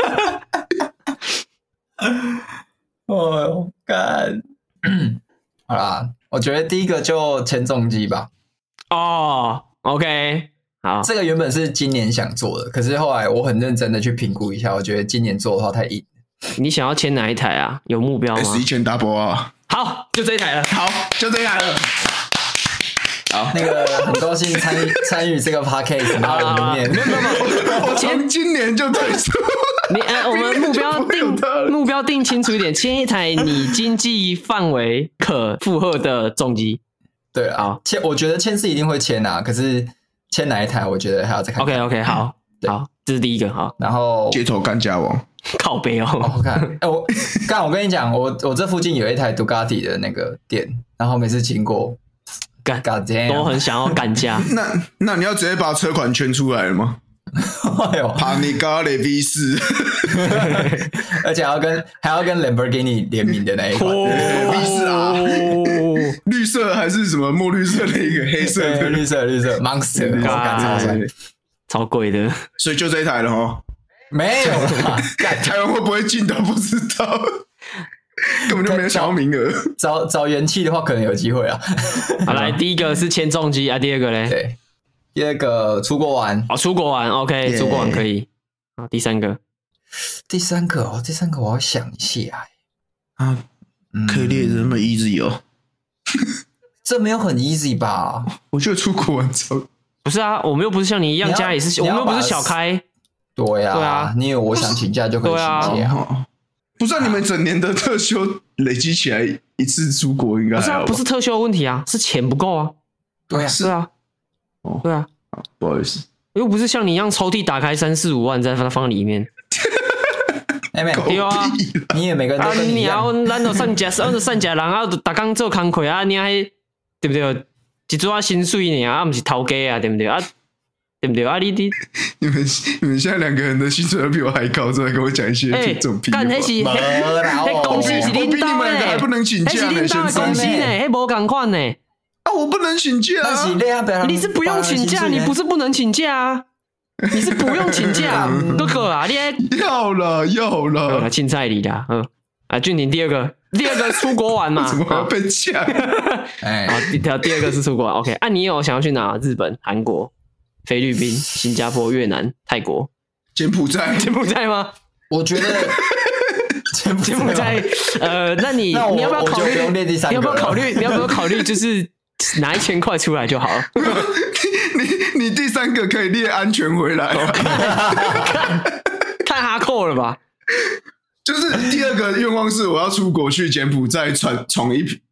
哦。哦，干，好啦，我觉得第一个就签重机吧。 哦 ，OK， 好， 这个原本是今年想做的，可是后来我很认真的去评估一下，我觉得今年做的话太硬。 你想要签哪一台啊？有目标吗 ？S 一千 Double 啊， 好，就这一台了。 好，就这一台了。 好，那个很高兴参与参与这个 podcast， 然后我们面， 没有没有没有， 我从今年就退出。 你呃，我们目标定目标定清楚一点，签一台你经济范围可负荷的重机。 对啊，签我觉得签是一定会签啊，可是签哪一台，我觉得还要再看看。 OK OK， 好，好，这是第一个好。 然后街头干架王， 靠背哦。 我看，哎、欸，我刚我跟你讲，我我这附近有一台杜卡迪的那个店，然后每次经过， 干都很想要干架。 那那你要直接把车款圈出来了吗？ 哎呦 ，Panigale V 四， 而且还要跟还要跟 Lamborghini 联名的那一款、 哦、V 四啊，绿色还是什么墨绿色的一个黑色的， 绿色绿色 Monster， 我感超帅， 超贵的， 所以就这一台了哦。 没有啦， 台湾会不会进都不知道，根本就没有想要名额。 找找元气的话，可能有机会啊。 好，来第一个是签重机啊，第二个嘞？ 对。第二个出国玩哦，出国玩 ，OK， yeah. 出国玩可以。好，第三个， 第三个哦，第三个我要想一下啊，可以列的那么 easy 哦， 这没有很 easy 吧？ 我觉得出国玩超不是啊，我们又不是像你一样家里是，我们又不是小开。 对呀、啊，对啊，你以为我想请假就可以请假？ 啊、不是、啊、你们整年的特休累积起来一次出国应该不是啊，不是特休的问题啊，是钱不够啊。 对啊， 是啊。 哦， 对啊， 不好意思， 又不是像你一样抽屉打开三四五万再放放里面。 哎妹， 对啊， 你也每个人都跟你一样。 啊，你啊，咱都善家，咱都善家人啊，都逐工做工课啊，你还对不对？一撮薪水呢啊，不是头家啊，对不对啊？对不对啊？你你你们你们现在两个人的薪水都比我还高，再来跟我讲一些这种屁话。 干，那是那公司是领导的， 还不能请假呢， 那是领导的公司呢，那无同款呢。 啊，我不能请假啊！ 你是不用请假，你不是不能请假啊！你是不用请假，哥哥啊，你还要了要了， 青菜里的，嗯啊，俊廷第二个，第二个出国玩嘛， 怎么还要被呛？ 哎，好，第第二个是出国玩 ，OK， 啊，你有想要去哪？日本、韩国、菲律宾、新加坡、越南、泰国、 柬埔寨？ 柬埔寨吗？ 我觉得柬柬埔寨，呃，那你那你要不要考虑？ 你要不要考虑？你要不要考虑？就是拿一千块出来就好了。 你你第三个可以列安全回来、啊， 太哈扣了吧？ 就是第二个愿望是我要出国去柬埔寨闯闯一一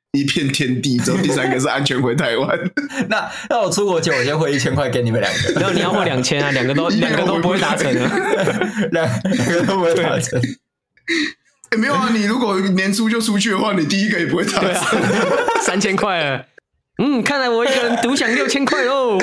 一片天地，之后第三个是安全回台湾。 那那我出国前我先汇一千块给你们两个， 没有你要汇两千啊，两个都两个都不会达成啊， 两两个都不会达成。 欸、没有啊，你如果年初就出去的话，你第一个也不会达成。 啊、三千块了。嗯，看来我一个人独享六千块喽，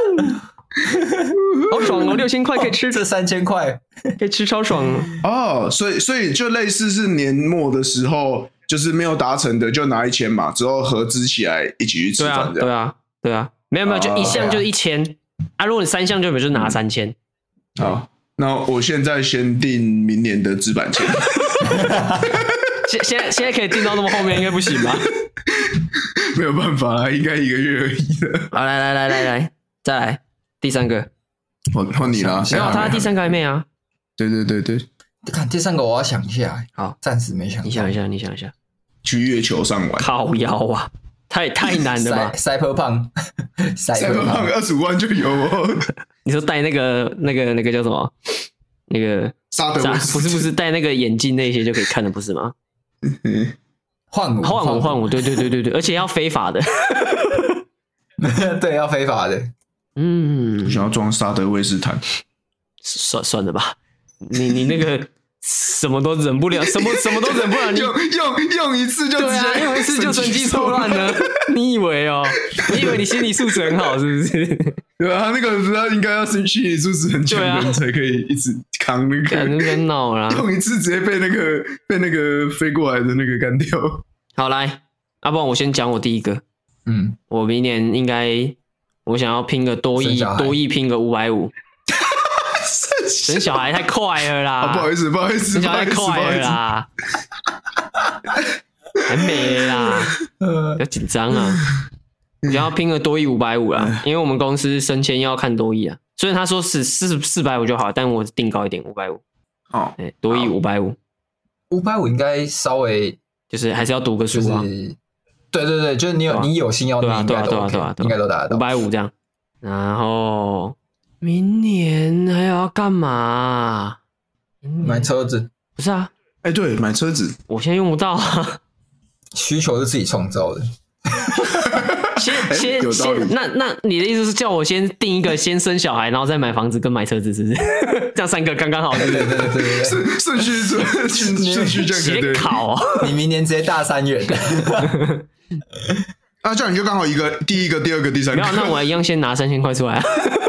好爽哦！六千块可以吃、哦、 这三千块可以吃超爽哦。所以所以就类似是年末的时候，就是没有达成的就拿一千嘛，之后合资起来一起去吃饭。 对啊，对啊，对啊，没有没有，就一项就一千、哦、啊。如果你三项就比如就拿三千。 好，那我现在先定明年的资本钱。 现现在现在可以定到那么后面，应该不行吧？ 没有办法啦，应该一个月而已了。 好，来来来来来，再来第三个， 换换你啦。 没有，他第三个还没啊。 对对对对， 看第三个我要想一下， 好， 暂时没想。 你想一下，你想一下， 去月球上玩， 靠腰啊，太太难了吧 ？Cyberpunk，Cyberpunk 二十五万就有哦。 你说戴那个那个那个叫什么？那个沙德不是不是戴那个眼镜那些就可以看的不是吗？ 换舞换舞换舞，对对对对对，而且要非法的， 对，要非法的。 嗯， 想要装沙德威斯坦， 算算了吧，你你那个什么都忍不了，什么什么都忍不了，你用用用一次就直接、 啊、用一次就神经错乱了，你以为哦？你以为你心理素质很好是不是？ 对啊，他那个他应该要是心理素质很强的人才可以一直扛那个， 那个闹啦， 用一次直接被那个被那个飞过来的那个干掉。 好来，要、啊、不然我先讲我第一个， 嗯， 我明年应该我想要拼个多亿，多亿拼个五百五。生小孩太快了啦！ 啊、不好意思，不好意思， 生小孩太快了啦，还没啦，不要紧张啊！我想要拼个多亿五百五啦，因为我们公司升迁要看多亿啊。虽然他说是四四百五就好，但我定高一点，五百五。 哦， 欸、多亿五百五， 五百五应该稍微就是还是要读个书啊。 就是对对对，就是你有、啊、你有心要念，应该都 OK，应该都达得到五百五这样。然后明年还要干嘛？ 买车子？ 不是啊， 哎、欸，对，买车子， 我现在用不到啊。 需求是自己创造的。 先先、欸、先，那那你的意思是叫我先定一个，先生小孩，然后再买房子跟买车子，是不是？这样三个刚刚好，对对对对对， 顺顺序顺顺序这样子对。 考、哦， 你明年直接大三元。 啊，这样你就刚好一个，第一个、第二个、第三个。 没有，那我一样先拿三千块出来、啊。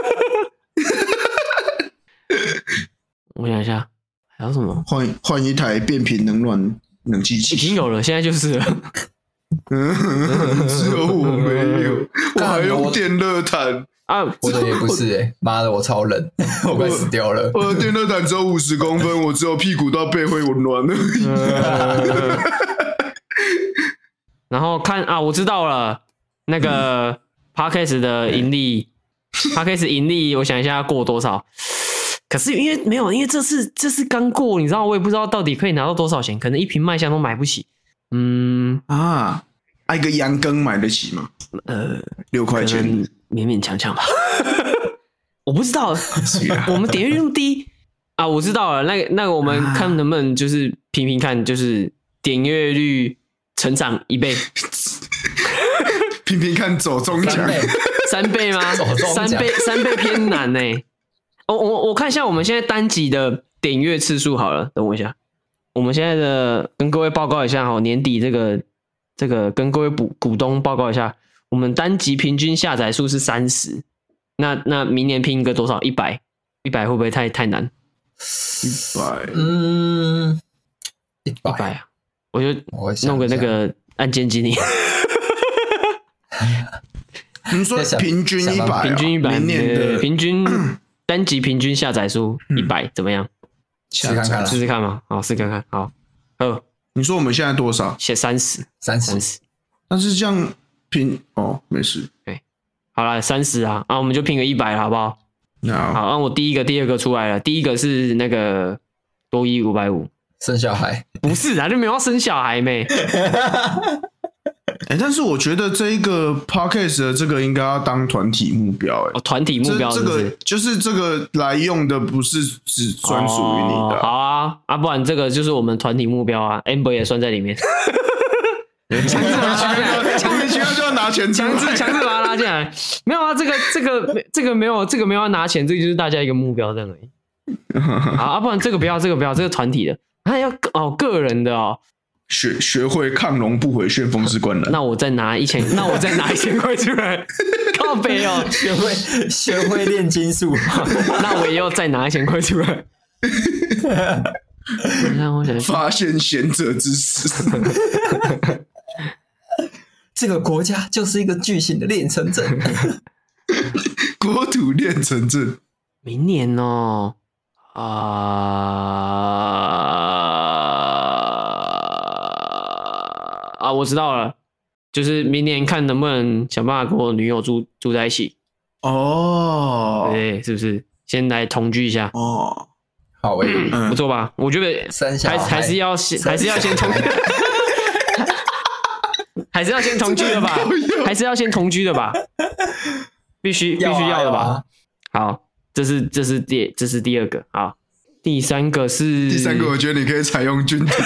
我想一下，还有什么？ 换换一台变频冷暖冷气机， 已经有了，现在就是了。 只有我没有，我还用电热毯啊！我的也不是哎、欸，妈的，我超冷，我快死掉了。 我的电热毯只有五十公分，我只有屁股到背会温暖而已。 然后看啊，我知道了，那个 Podcast 的盈利、嗯、，Podcast 盈利，我想一下要过多少？可是因为没有，因为这次这次刚过，你知道，我也不知道到底可以拿到多少钱，可能一瓶麦香都买不起。嗯啊，一个羊羹买得起吗？ 呃， 六块钱， 勉勉强强吧。我不知道，我们点阅率那么低啊！我知道了，那个那个，我们看能不能就是拼拼看，就是点阅率成长一倍， 拼拼看走中奖， 三倍吗？三倍三倍偏难呢、欸。我我我看一下我们现在单集的点阅次数好了，等我一下。我们现在的跟各位报告一下哈，年底这个这个跟各位股股东报告一下，我们单集平均下载数是三十，那那明年拼一个多少？一百，一百会不会太太难？ 一百， 嗯，一百啊，我就弄个那个按键经理。 你说平均一百、啊， 平均一百， 明年的平均单集平均下载数一百、嗯，怎么样？ 试看看， 试试看嘛，好，试看看，好，二， 你说我们现在多少？ 写三十， 三十，三十。 但是这样拼哦，没事， 对，好了，三十啊，啊，我们就拼个一百，好不好？ 好， 好，那我第一个、第二个出来了，第一个是那个多一五百五， 生小孩？ 不是啊，就没有要生小孩没。 哎、欸，但是我觉得这一个 podcast 的这个应该要当团体目标、欸，哎、 哦，团体目标是不是， 这个就是这个来用的，不是只专属于你的、啊哦。好啊，啊，不然这个就是我们团体目标啊 ，Amber 也算在里面。 强制把钱强制强制就要拿钱， 强制强制把他拉进来。没有啊，这个这个这个没有这个没有要拿钱，这个就是大家一个目标这样而已。好啊，不然这个不要，这个不要，这个团体的，还要哦个人的哦。 学学会抗龙不回旋风之灌篮。 那我再拿一千，那我再拿一千块出来，靠北哦， 学会学会炼金术， 那我也要再拿一千块出来。让我想发现贤者之石。 这个国家就是一个巨型的炼成阵， 国土炼成阵。 明年哦，啊、呃、啊，我知道了，就是明年看能不能想办法跟我女友住住在一起。 哦， 对，是不是？先来同居一下。 哦， 好诶、欸， 不错吧？我觉得还还是要先还是要先同居，还是要先同居的吧？还是要先同居的吧？必须必须要的吧？好，这是这是第这是第二个。好，第三个是第三个，我觉得你可以采用军体。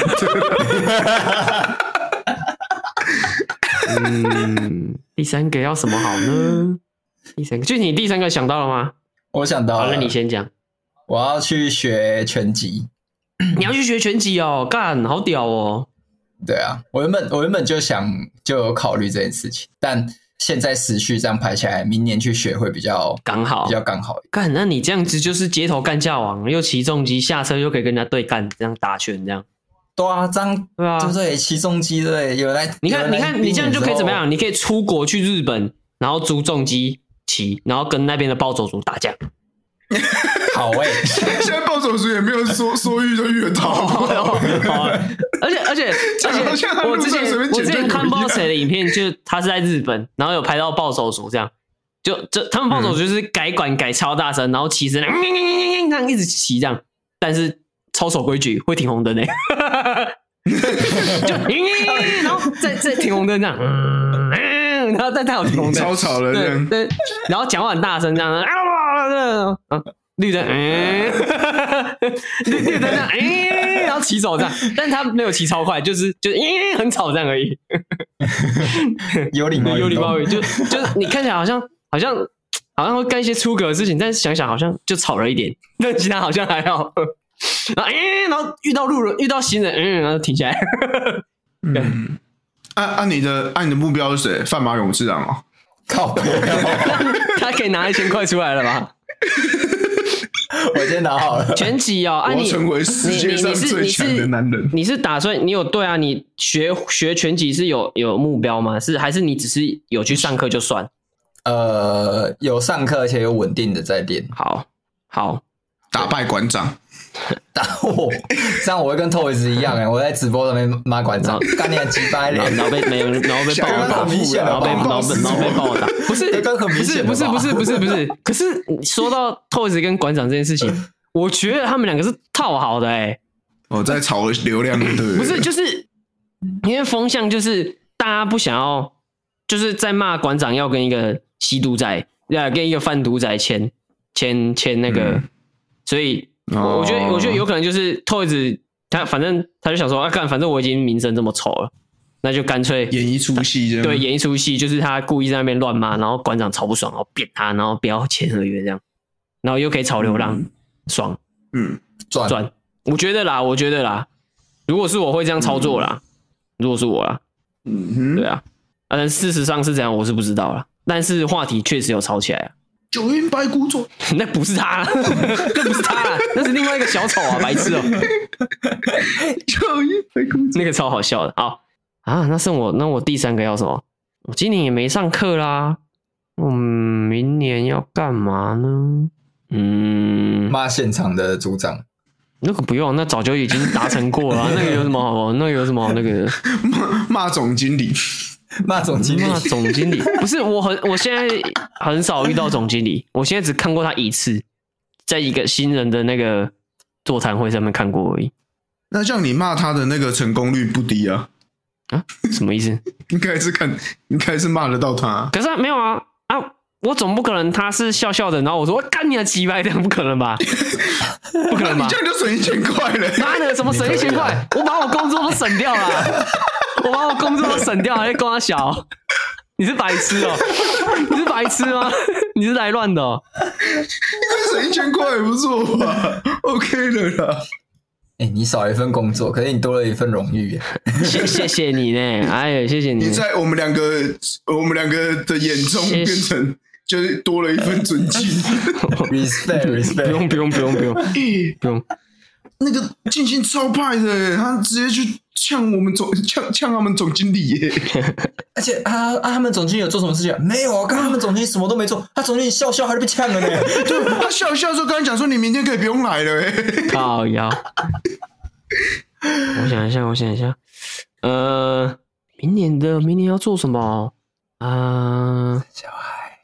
嗯，第三个要什么好呢？第三个，就你第三个想到了吗？ 我想到了， 好，那你先讲。 我要去学拳击。 你要去学拳击哦，干，好屌哦！ 对啊，我原本我原本就想就有考虑这件事情，但现在时序这样排起来，明年去学会比较刚好， 比较刚好。 干，那你这样子就是街头干架王，又骑重机下车又可以跟人家对干，这样打拳这样。 对啊，这样对啊， 对不对？骑重机对，有人来， 你看，你看，你这样就可以怎么样？ 你你可以出国去日本，然后租重机骑，然后跟那边的暴走族打架。 好哎、欸， 现在暴走族也没有说说遇就遇得到， 而且而且而且，我之前我之前看不知道谁的影片，就他是在日本，然后有拍到暴走族这样，就这他们暴走族就是改管改超大声，然后骑着那这样一直骑这样，但是超守规矩，会停红灯诶、欸，就然后再再停红灯这样，嗯，然后再再有停红灯， 超吵了这样， 对，然后讲话很大声这样，啊，绿灯，嗯，绿绿灯这样，哎，然后骑走这样，但是他没有骑超快，就是就是，哎，很吵这样而已， 有礼貌， 有礼貌，就就是你看起来好像好像好像会干一些出格的事情，但是想想好像就吵了一点，但其他好像还好。然后，哎，然后遇到路人，遇到新人，嗯，然后停下来。 嗯，按、啊、按、啊、你的按、啊、你的目标是谁？范马勇之郎哦， 靠北他可以拿一千块出来了吧？ 我先拿好了。 拳击哦，啊、 我要成为世界上最强的男人。 你是打算你有对啊？你学学拳击是有有目标吗？是还是你只是有去上课就算？ 呃，有上课而且有稳定的在练。 好，好， 打败馆长。 打我，这样我会跟 Toys 一样哎、欸，我在直播上面骂馆长，干你个鸡掰脸， 然后被没有，然后被暴打，然后被然后被然后被暴打，不是， 很明显不是不是不是不是不是，可是说到 Toys 跟馆长这件事情，我觉得他们两个是套好的哎、欸， 我在炒流量对， 不是就是因为风向就是大家不想要，就是在骂馆长要跟一个吸毒仔，要跟一个贩毒仔签签签那个，嗯、所以。我我觉得，我觉得有可能就是 Toys 他反正他就想说啊，干反正我已经名声这么丑了，那就干脆演一出戏这样。 对，演一出戏，就是他故意在那边乱骂，然后馆长超不爽，然后扁他，然后不要签合约这样，然后又可以炒流量，嗯、爽， 嗯， 赚赚。我觉得啦，我觉得啦，如果是我会这样操作啦，嗯、如果是我啦， 嗯哼， 对啊，但事实上是怎样，我是不知道啦，但是话题确实有炒起来啊。 九阴白骨爪， 那不是他，那不是他，那是另外一个小丑啊，白痴哦、喔。 九阴白骨爪， 那个超好笑的。好啊，那剩我，那我第三个要什么？我今年也没上课啦。嗯，明年要干嘛呢？嗯， 骂现场的组长。 那个不用，那早就已经达成过了、啊。那个有什么好？那个有什么好？那个骂骂总经理。 骂总经理， 骂总经理不是我很，我现在很少遇到总经理，我现在只看过他一次，在一个新人的那个座谈会上面看过而已。 那这样你骂他的那个成功率不低啊？ 啊？什么意思？ 应该是看，应该是骂得到他、啊。 可是、啊、没有啊啊！我总不可能他是笑笑的，然后我说我干你的鸡掰，这样不可能吧？不可能吧？ 你这样就省一千块了。 妈的，怎么省一千块？我把我工作都省掉了。 我把我工作省掉，还跟他小，你是白痴哦、喔？你是白痴吗？你是来乱的哦、喔？ 省一千块也不错吧 ？OK 的啦。 哎、欸，你少了一份工作，可是你多了一份荣誉。 谢谢谢你呢，哎呀，谢谢你。 你在我们两个我们两个的眼中变成就是多了一份尊敬。 respect respect， 不用不用不用不用不用。 那个静心超派的，他直接去呛我们总呛呛他们总经理耶。 而且啊啊，他们总经理有做什么事情、啊？没有啊，刚刚他们总经理什么都没做，他总经理笑笑还是被呛了呢。 就他笑笑之后，跟他讲说你明天可以不用来了。 靠腰。我想一下，我想一下，呃，明年的明年要做什么？啊、呃， 小孩。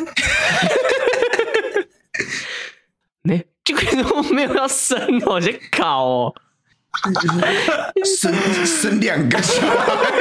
没，就可以说没有要生哦，我先搞哦。 生生两个小孩。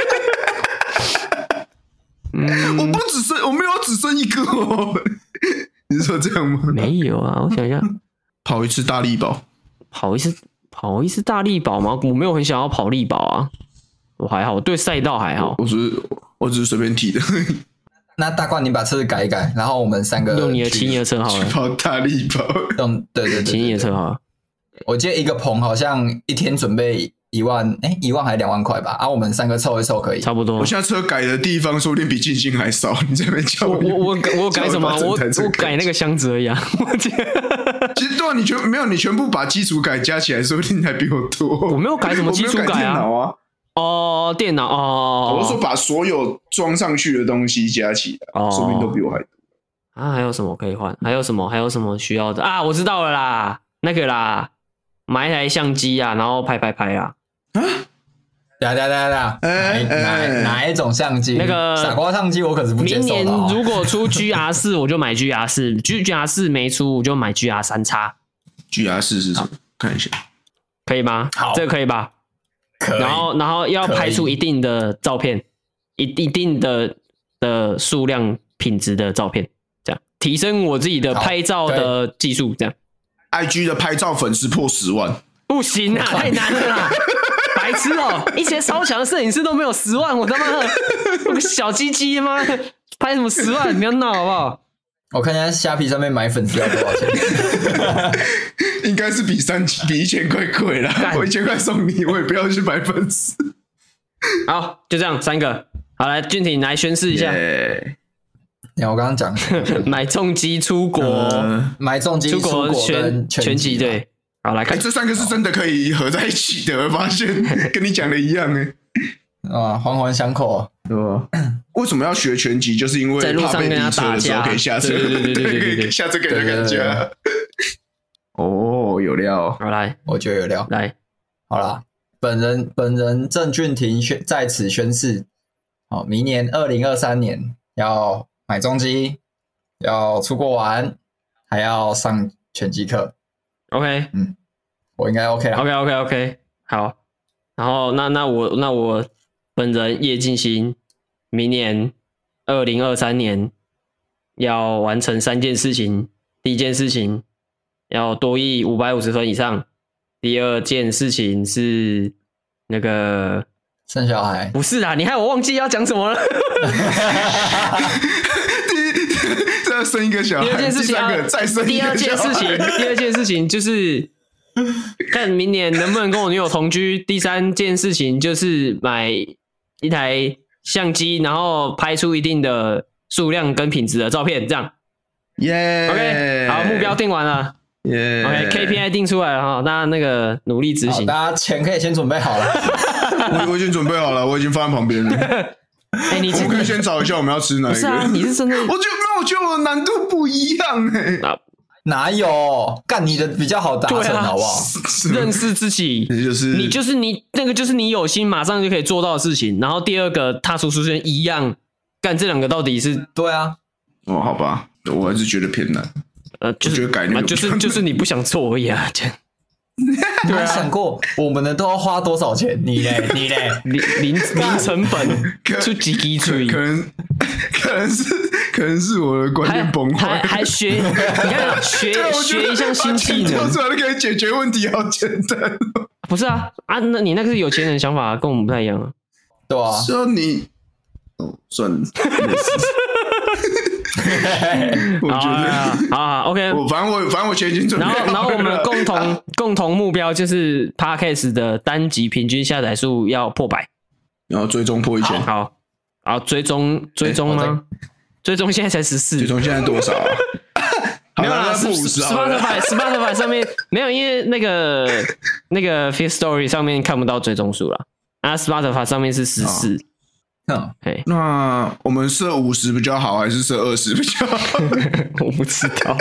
嗯，我不只生，我没有只生一个哦。你是说这样吗？ 没有啊，我想一下， 跑一次大力宝， 跑一次跑一次大力宝吗？我没有很想要跑力宝啊，我还好，我对赛道还好。 我只是我只是随便提的。 那大冠，你把车子改一改，然后我们三个用你的骑你的车好了， 跑大力宝， 用对对对， 骑你的车好了。 我记得一个棚好像一天准备一万，哎、欸，一万还是两万块吧？啊，我们三个凑一凑可以， 差不多。 我现在车改的地方说不定比静心还少，你这边叫我我我我改什么？我我改那个箱子而已啊。 其实对啊，你全没有，你全部把基础改加起来，说不定还比我多。 我没有改什么基础改啊。哦，电脑哦， 我是说把所有装上去的东西加起来，哦、说不定都比我还多。 啊，还有什么可以换？还有什么？还有什么需要的啊？我知道了啦，那个啦，买一台相机啊，然后拍拍拍啊。 啊？等下等下等下，哪哪哪一种相机？ 那个傻瓜相机我可是不接受的、哦。 明年如果出 G R 四，我就买 G R 四 ；G R 四没出，我就买 G R 三叉。 G R 四是什么？看一下， 可以吗？ 好， 这个可以吧？ 可以。 然后，然后要拍出一定的照片，一一定的的数量、品质的照片，这样提升我自己的拍照的技术。这样 ，I G 的拍照粉丝破十万， 不行啊，太难了啦！白痴哦、喔，一些超强的摄影师都没有十万，我他妈的，我个小鸡鸡妈拍什么十万？不要闹好不好？ 我看一下虾皮上面买粉丝要多少钱？ 应该是比三比一千块贵啦。我一千块送你，我也不要去买粉丝。 好，就这样三个。好，来俊廷来宣示一下。 你看我刚刚讲， 买重机出国， 呃、买重机出国全全集对。好来看、 欸，这三个是真的可以合在一起的，我发现跟你讲的一样哎。 啊，环环相扣啊， 对吧？为什么要学拳击？就是因为在路上跟他打架， 可以下车， 对对对对对对， 下车给人家架。哦，有料。 好来， 我觉得有料。 来， 好啦，本人本人郑俊廷宣在此宣誓，好，明年二零二三年要买重机，要出国玩，还要上拳击课。 OK， 嗯，我应该 OK 啦。 OK OK OK， 好。然后那那我那我本人叶进兴，明年二零二三年要完成三件事情。第一件事情要多益五百五十分以上。第二件事情是那个生小孩。 不是啊，你害我忘记要讲什么了。 这要生一个小孩。 第二件事情要再生一个小孩。 第二件事情，第二件事情就是看明年能不能跟我女友同居。第三件事情就是买一台相机，然后拍出一定的数量跟品质的照片，这样。 耶、yeah ！OK， 好，目标定完了。 耶、yeah ！OK，K P I 定出来了哈，那那个努力执行。 大家钱可以先准备好了。 我我已经准备好了，我已经放在旁边了。 哎、欸，你我们可以先找一下我们要吃哪一个。 不是啊，你是真的？ 我觉得那我觉得我的难度不一样哎、欸啊。 哪有？干你的比较好达成， 啊、 好不好？ 认识自己， 你就是你就是你那个就是你有心马上就可以做到的事情。然后第二个踏出舒适圈一样，干这两个到底是？ 对啊。 哦，好吧，我还是觉得偏难。 呃，就是觉得改那个就是就是你不想做而已啊，这样。 你有想过我们的都要花多少钱？你嘞，你嘞， 零零零成本出几几锤？ 可能可能是可能是我的观念崩坏， 还还学，你看学学一项新技能， 跳出来就可以解决问题，好简单。 不是啊啊，那你那个是有钱人的想法、啊，跟我们不太一样啊。 对啊， 说你哦，算了，我觉得好好 OK， 我反正我反正我钱已经准备然后好了， 然后我们共同共同目标就是 Podcast 的单集平均下载数要破百， 然后追踪破一千， 好，好追踪追踪吗？追踪现在才十四， 追踪现在多少啊？ 没有啦，Spotify Spotify 上面没有，因为那个那个 Feed Story 上面看不到追踪数啦，啊 Spotify 上面是十四。 嗯， 嘿， 那我们设五十比较好，还是设二十比较好？ 我不知道，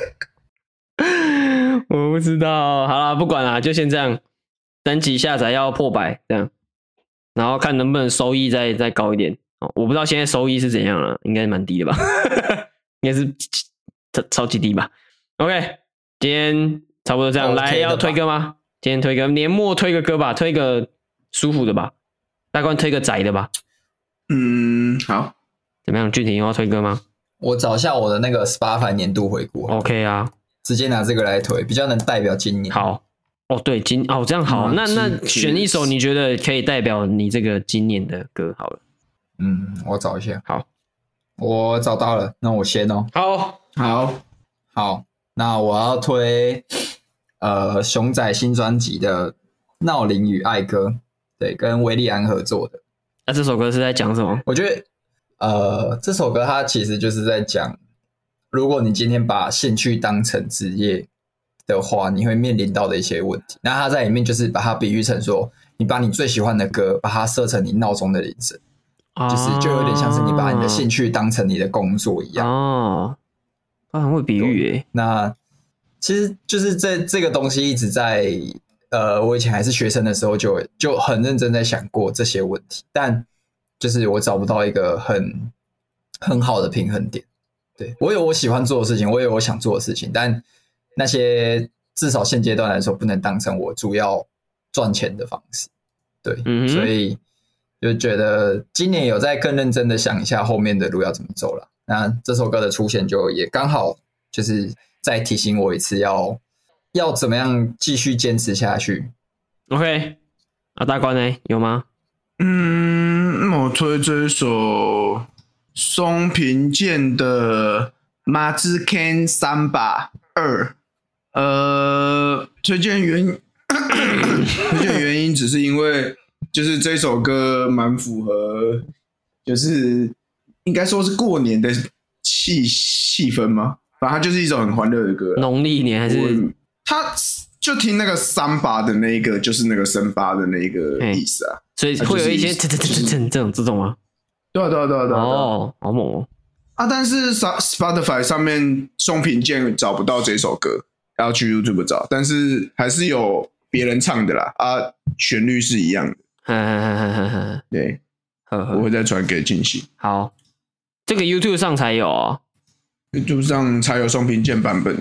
我不知道。好啦，不管啦，就先这样。单集下载要破百，这样，然后看能不能收益再再高一点。哦，我不知道现在收益是怎样了，应该蛮低的吧？应该是超超级低吧 ？OK， 今天差不多这样。 OK 来，要推歌吗？今天推歌，年末推个歌吧，推个舒服的吧。大官推个窄的吧。 嗯，好， 怎么样？具体要推歌吗？ 我找一下我的那个 Spotify 年度回顾 OK 啊， 直接拿这个来推，比较能代表今年。 好，哦对，今哦这样好， 嗯那那是选一首你觉得可以代表你这个今年的歌好了。 嗯，我找一下。 好， 我找到了，那我先哦。 好， 好， 好，那我要推呃熊仔新专辑的《闹铃与爱歌》，对，跟维利安合作的。 那、啊、这首歌是在讲什么？ 我觉得呃这首歌它其实就是在讲，如果你今天把兴趣当成职业的话，你会面临到的一些问题。那它在里面就是把它比喻成说，你把你最喜欢的歌，把它设成你闹钟的铃声。就是就有点像是你把你的兴趣当成你的工作一样哦，他很会比喻诶。 那其实就是这这个东西一直在呃，我以前还是学生的时候就就很认真在想过这些问题，但就是我找不到一个很很好的平衡点。对，我有我喜欢做的事情，我有我想做的事情，但那些至少现阶段来说不能当成我主要赚钱的方式。对， 嗯、 所以就觉得今年有在更认真的想一下后面的路要怎么走了。那这首歌的出现就也刚好就是再提醒我一次要要怎么样继续坚持下去。 OK， 啊大官呢有吗？ 嗯，我推这一首松平健的马兹 Ken 三把二，呃，推荐原因推荐原因只是因为就是这首歌蛮符合，就是应该说是过年的气气氛吗？反正它就是一首很欢乐的歌。 农历年还是？ 他就听那个三八的那一个，就是那个升八的那一个意思啊。 所以会有一些蹭蹭蹭蹭这种这种吗？ 对啊对啊对啊对啊。 哦，好猛哦！ 啊，但是 Spotify 上面松平健找不到这首歌，要去 YouTube 找，但是还是有别人唱的啦。啊，旋律是一样的。对， 呵呵我会再传给静心。 好，这个 YouTube 上才有哦 ，YouTube 上才有松平健版本的。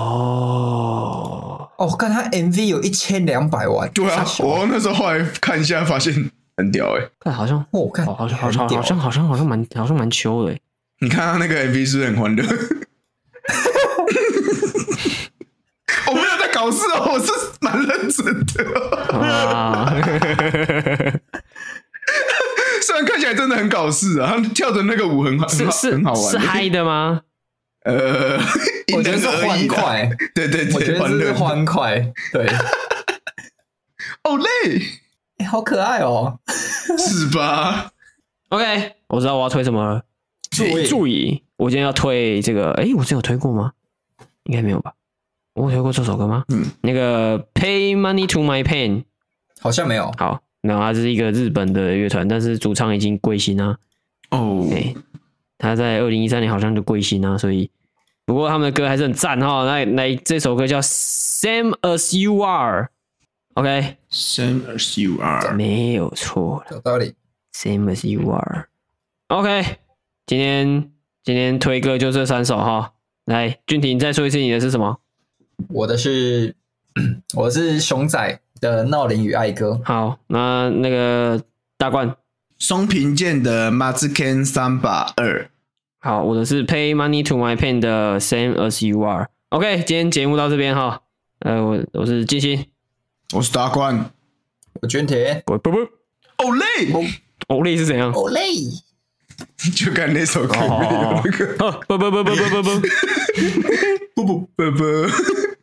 哦哦，看他 M V 有一千两百万。 对啊，我那时候后来看一下，发现很屌哎、欸。 看好像， 我、哦、看好像好像好像好像好像蛮好像蛮秋的、欸。 你看他那个 M V 是不是很欢乐？我没有在搞事哦，我是蛮认真的、啊。虽然看起来真的很搞事啊，他跳的那个舞很好， 是是很好玩， 是嗨的吗？ 呃，我觉得是欢快， 对对对， 我觉得是欢快，对。 哦累， 哎、欸，好可爱哦， 是吧 ？OK， 我知道我要推什么了。 注意注意，我今天要推这个，哎、欸，我之前有推过吗？应该没有吧？我有推过这首歌吗？嗯，那个 Pay Money to My Pain 好像没有。 好，没有，它是一个日本的乐团，但是主唱已经归心啊。 哦， 哎，他在二零一三年好像就归心啊，所以不过他们的歌还是很赞哈。那来这首歌叫 Same as You Are。OK，Same、 okay? as You Are， 没有错， 有道理。 Same as You Are。OK， 今天今天推歌就这三首哈。来，俊廷再说一次你的是什么？ 我的是我是熊仔的《闹铃与爱歌》。 好，那那个大冠松平健的《马兹 Ken 三把二》。 好，我的是 Pay Money to My Pain 的 Same as You Are。OK， 今天节目到这边哈。呃，我我是金星， 我是大冠， 我娟铁， 不不不， 哦累。 欧累是怎样？ 欧累， 就看那首歌里面有那个哦不不不不不不不不不不不，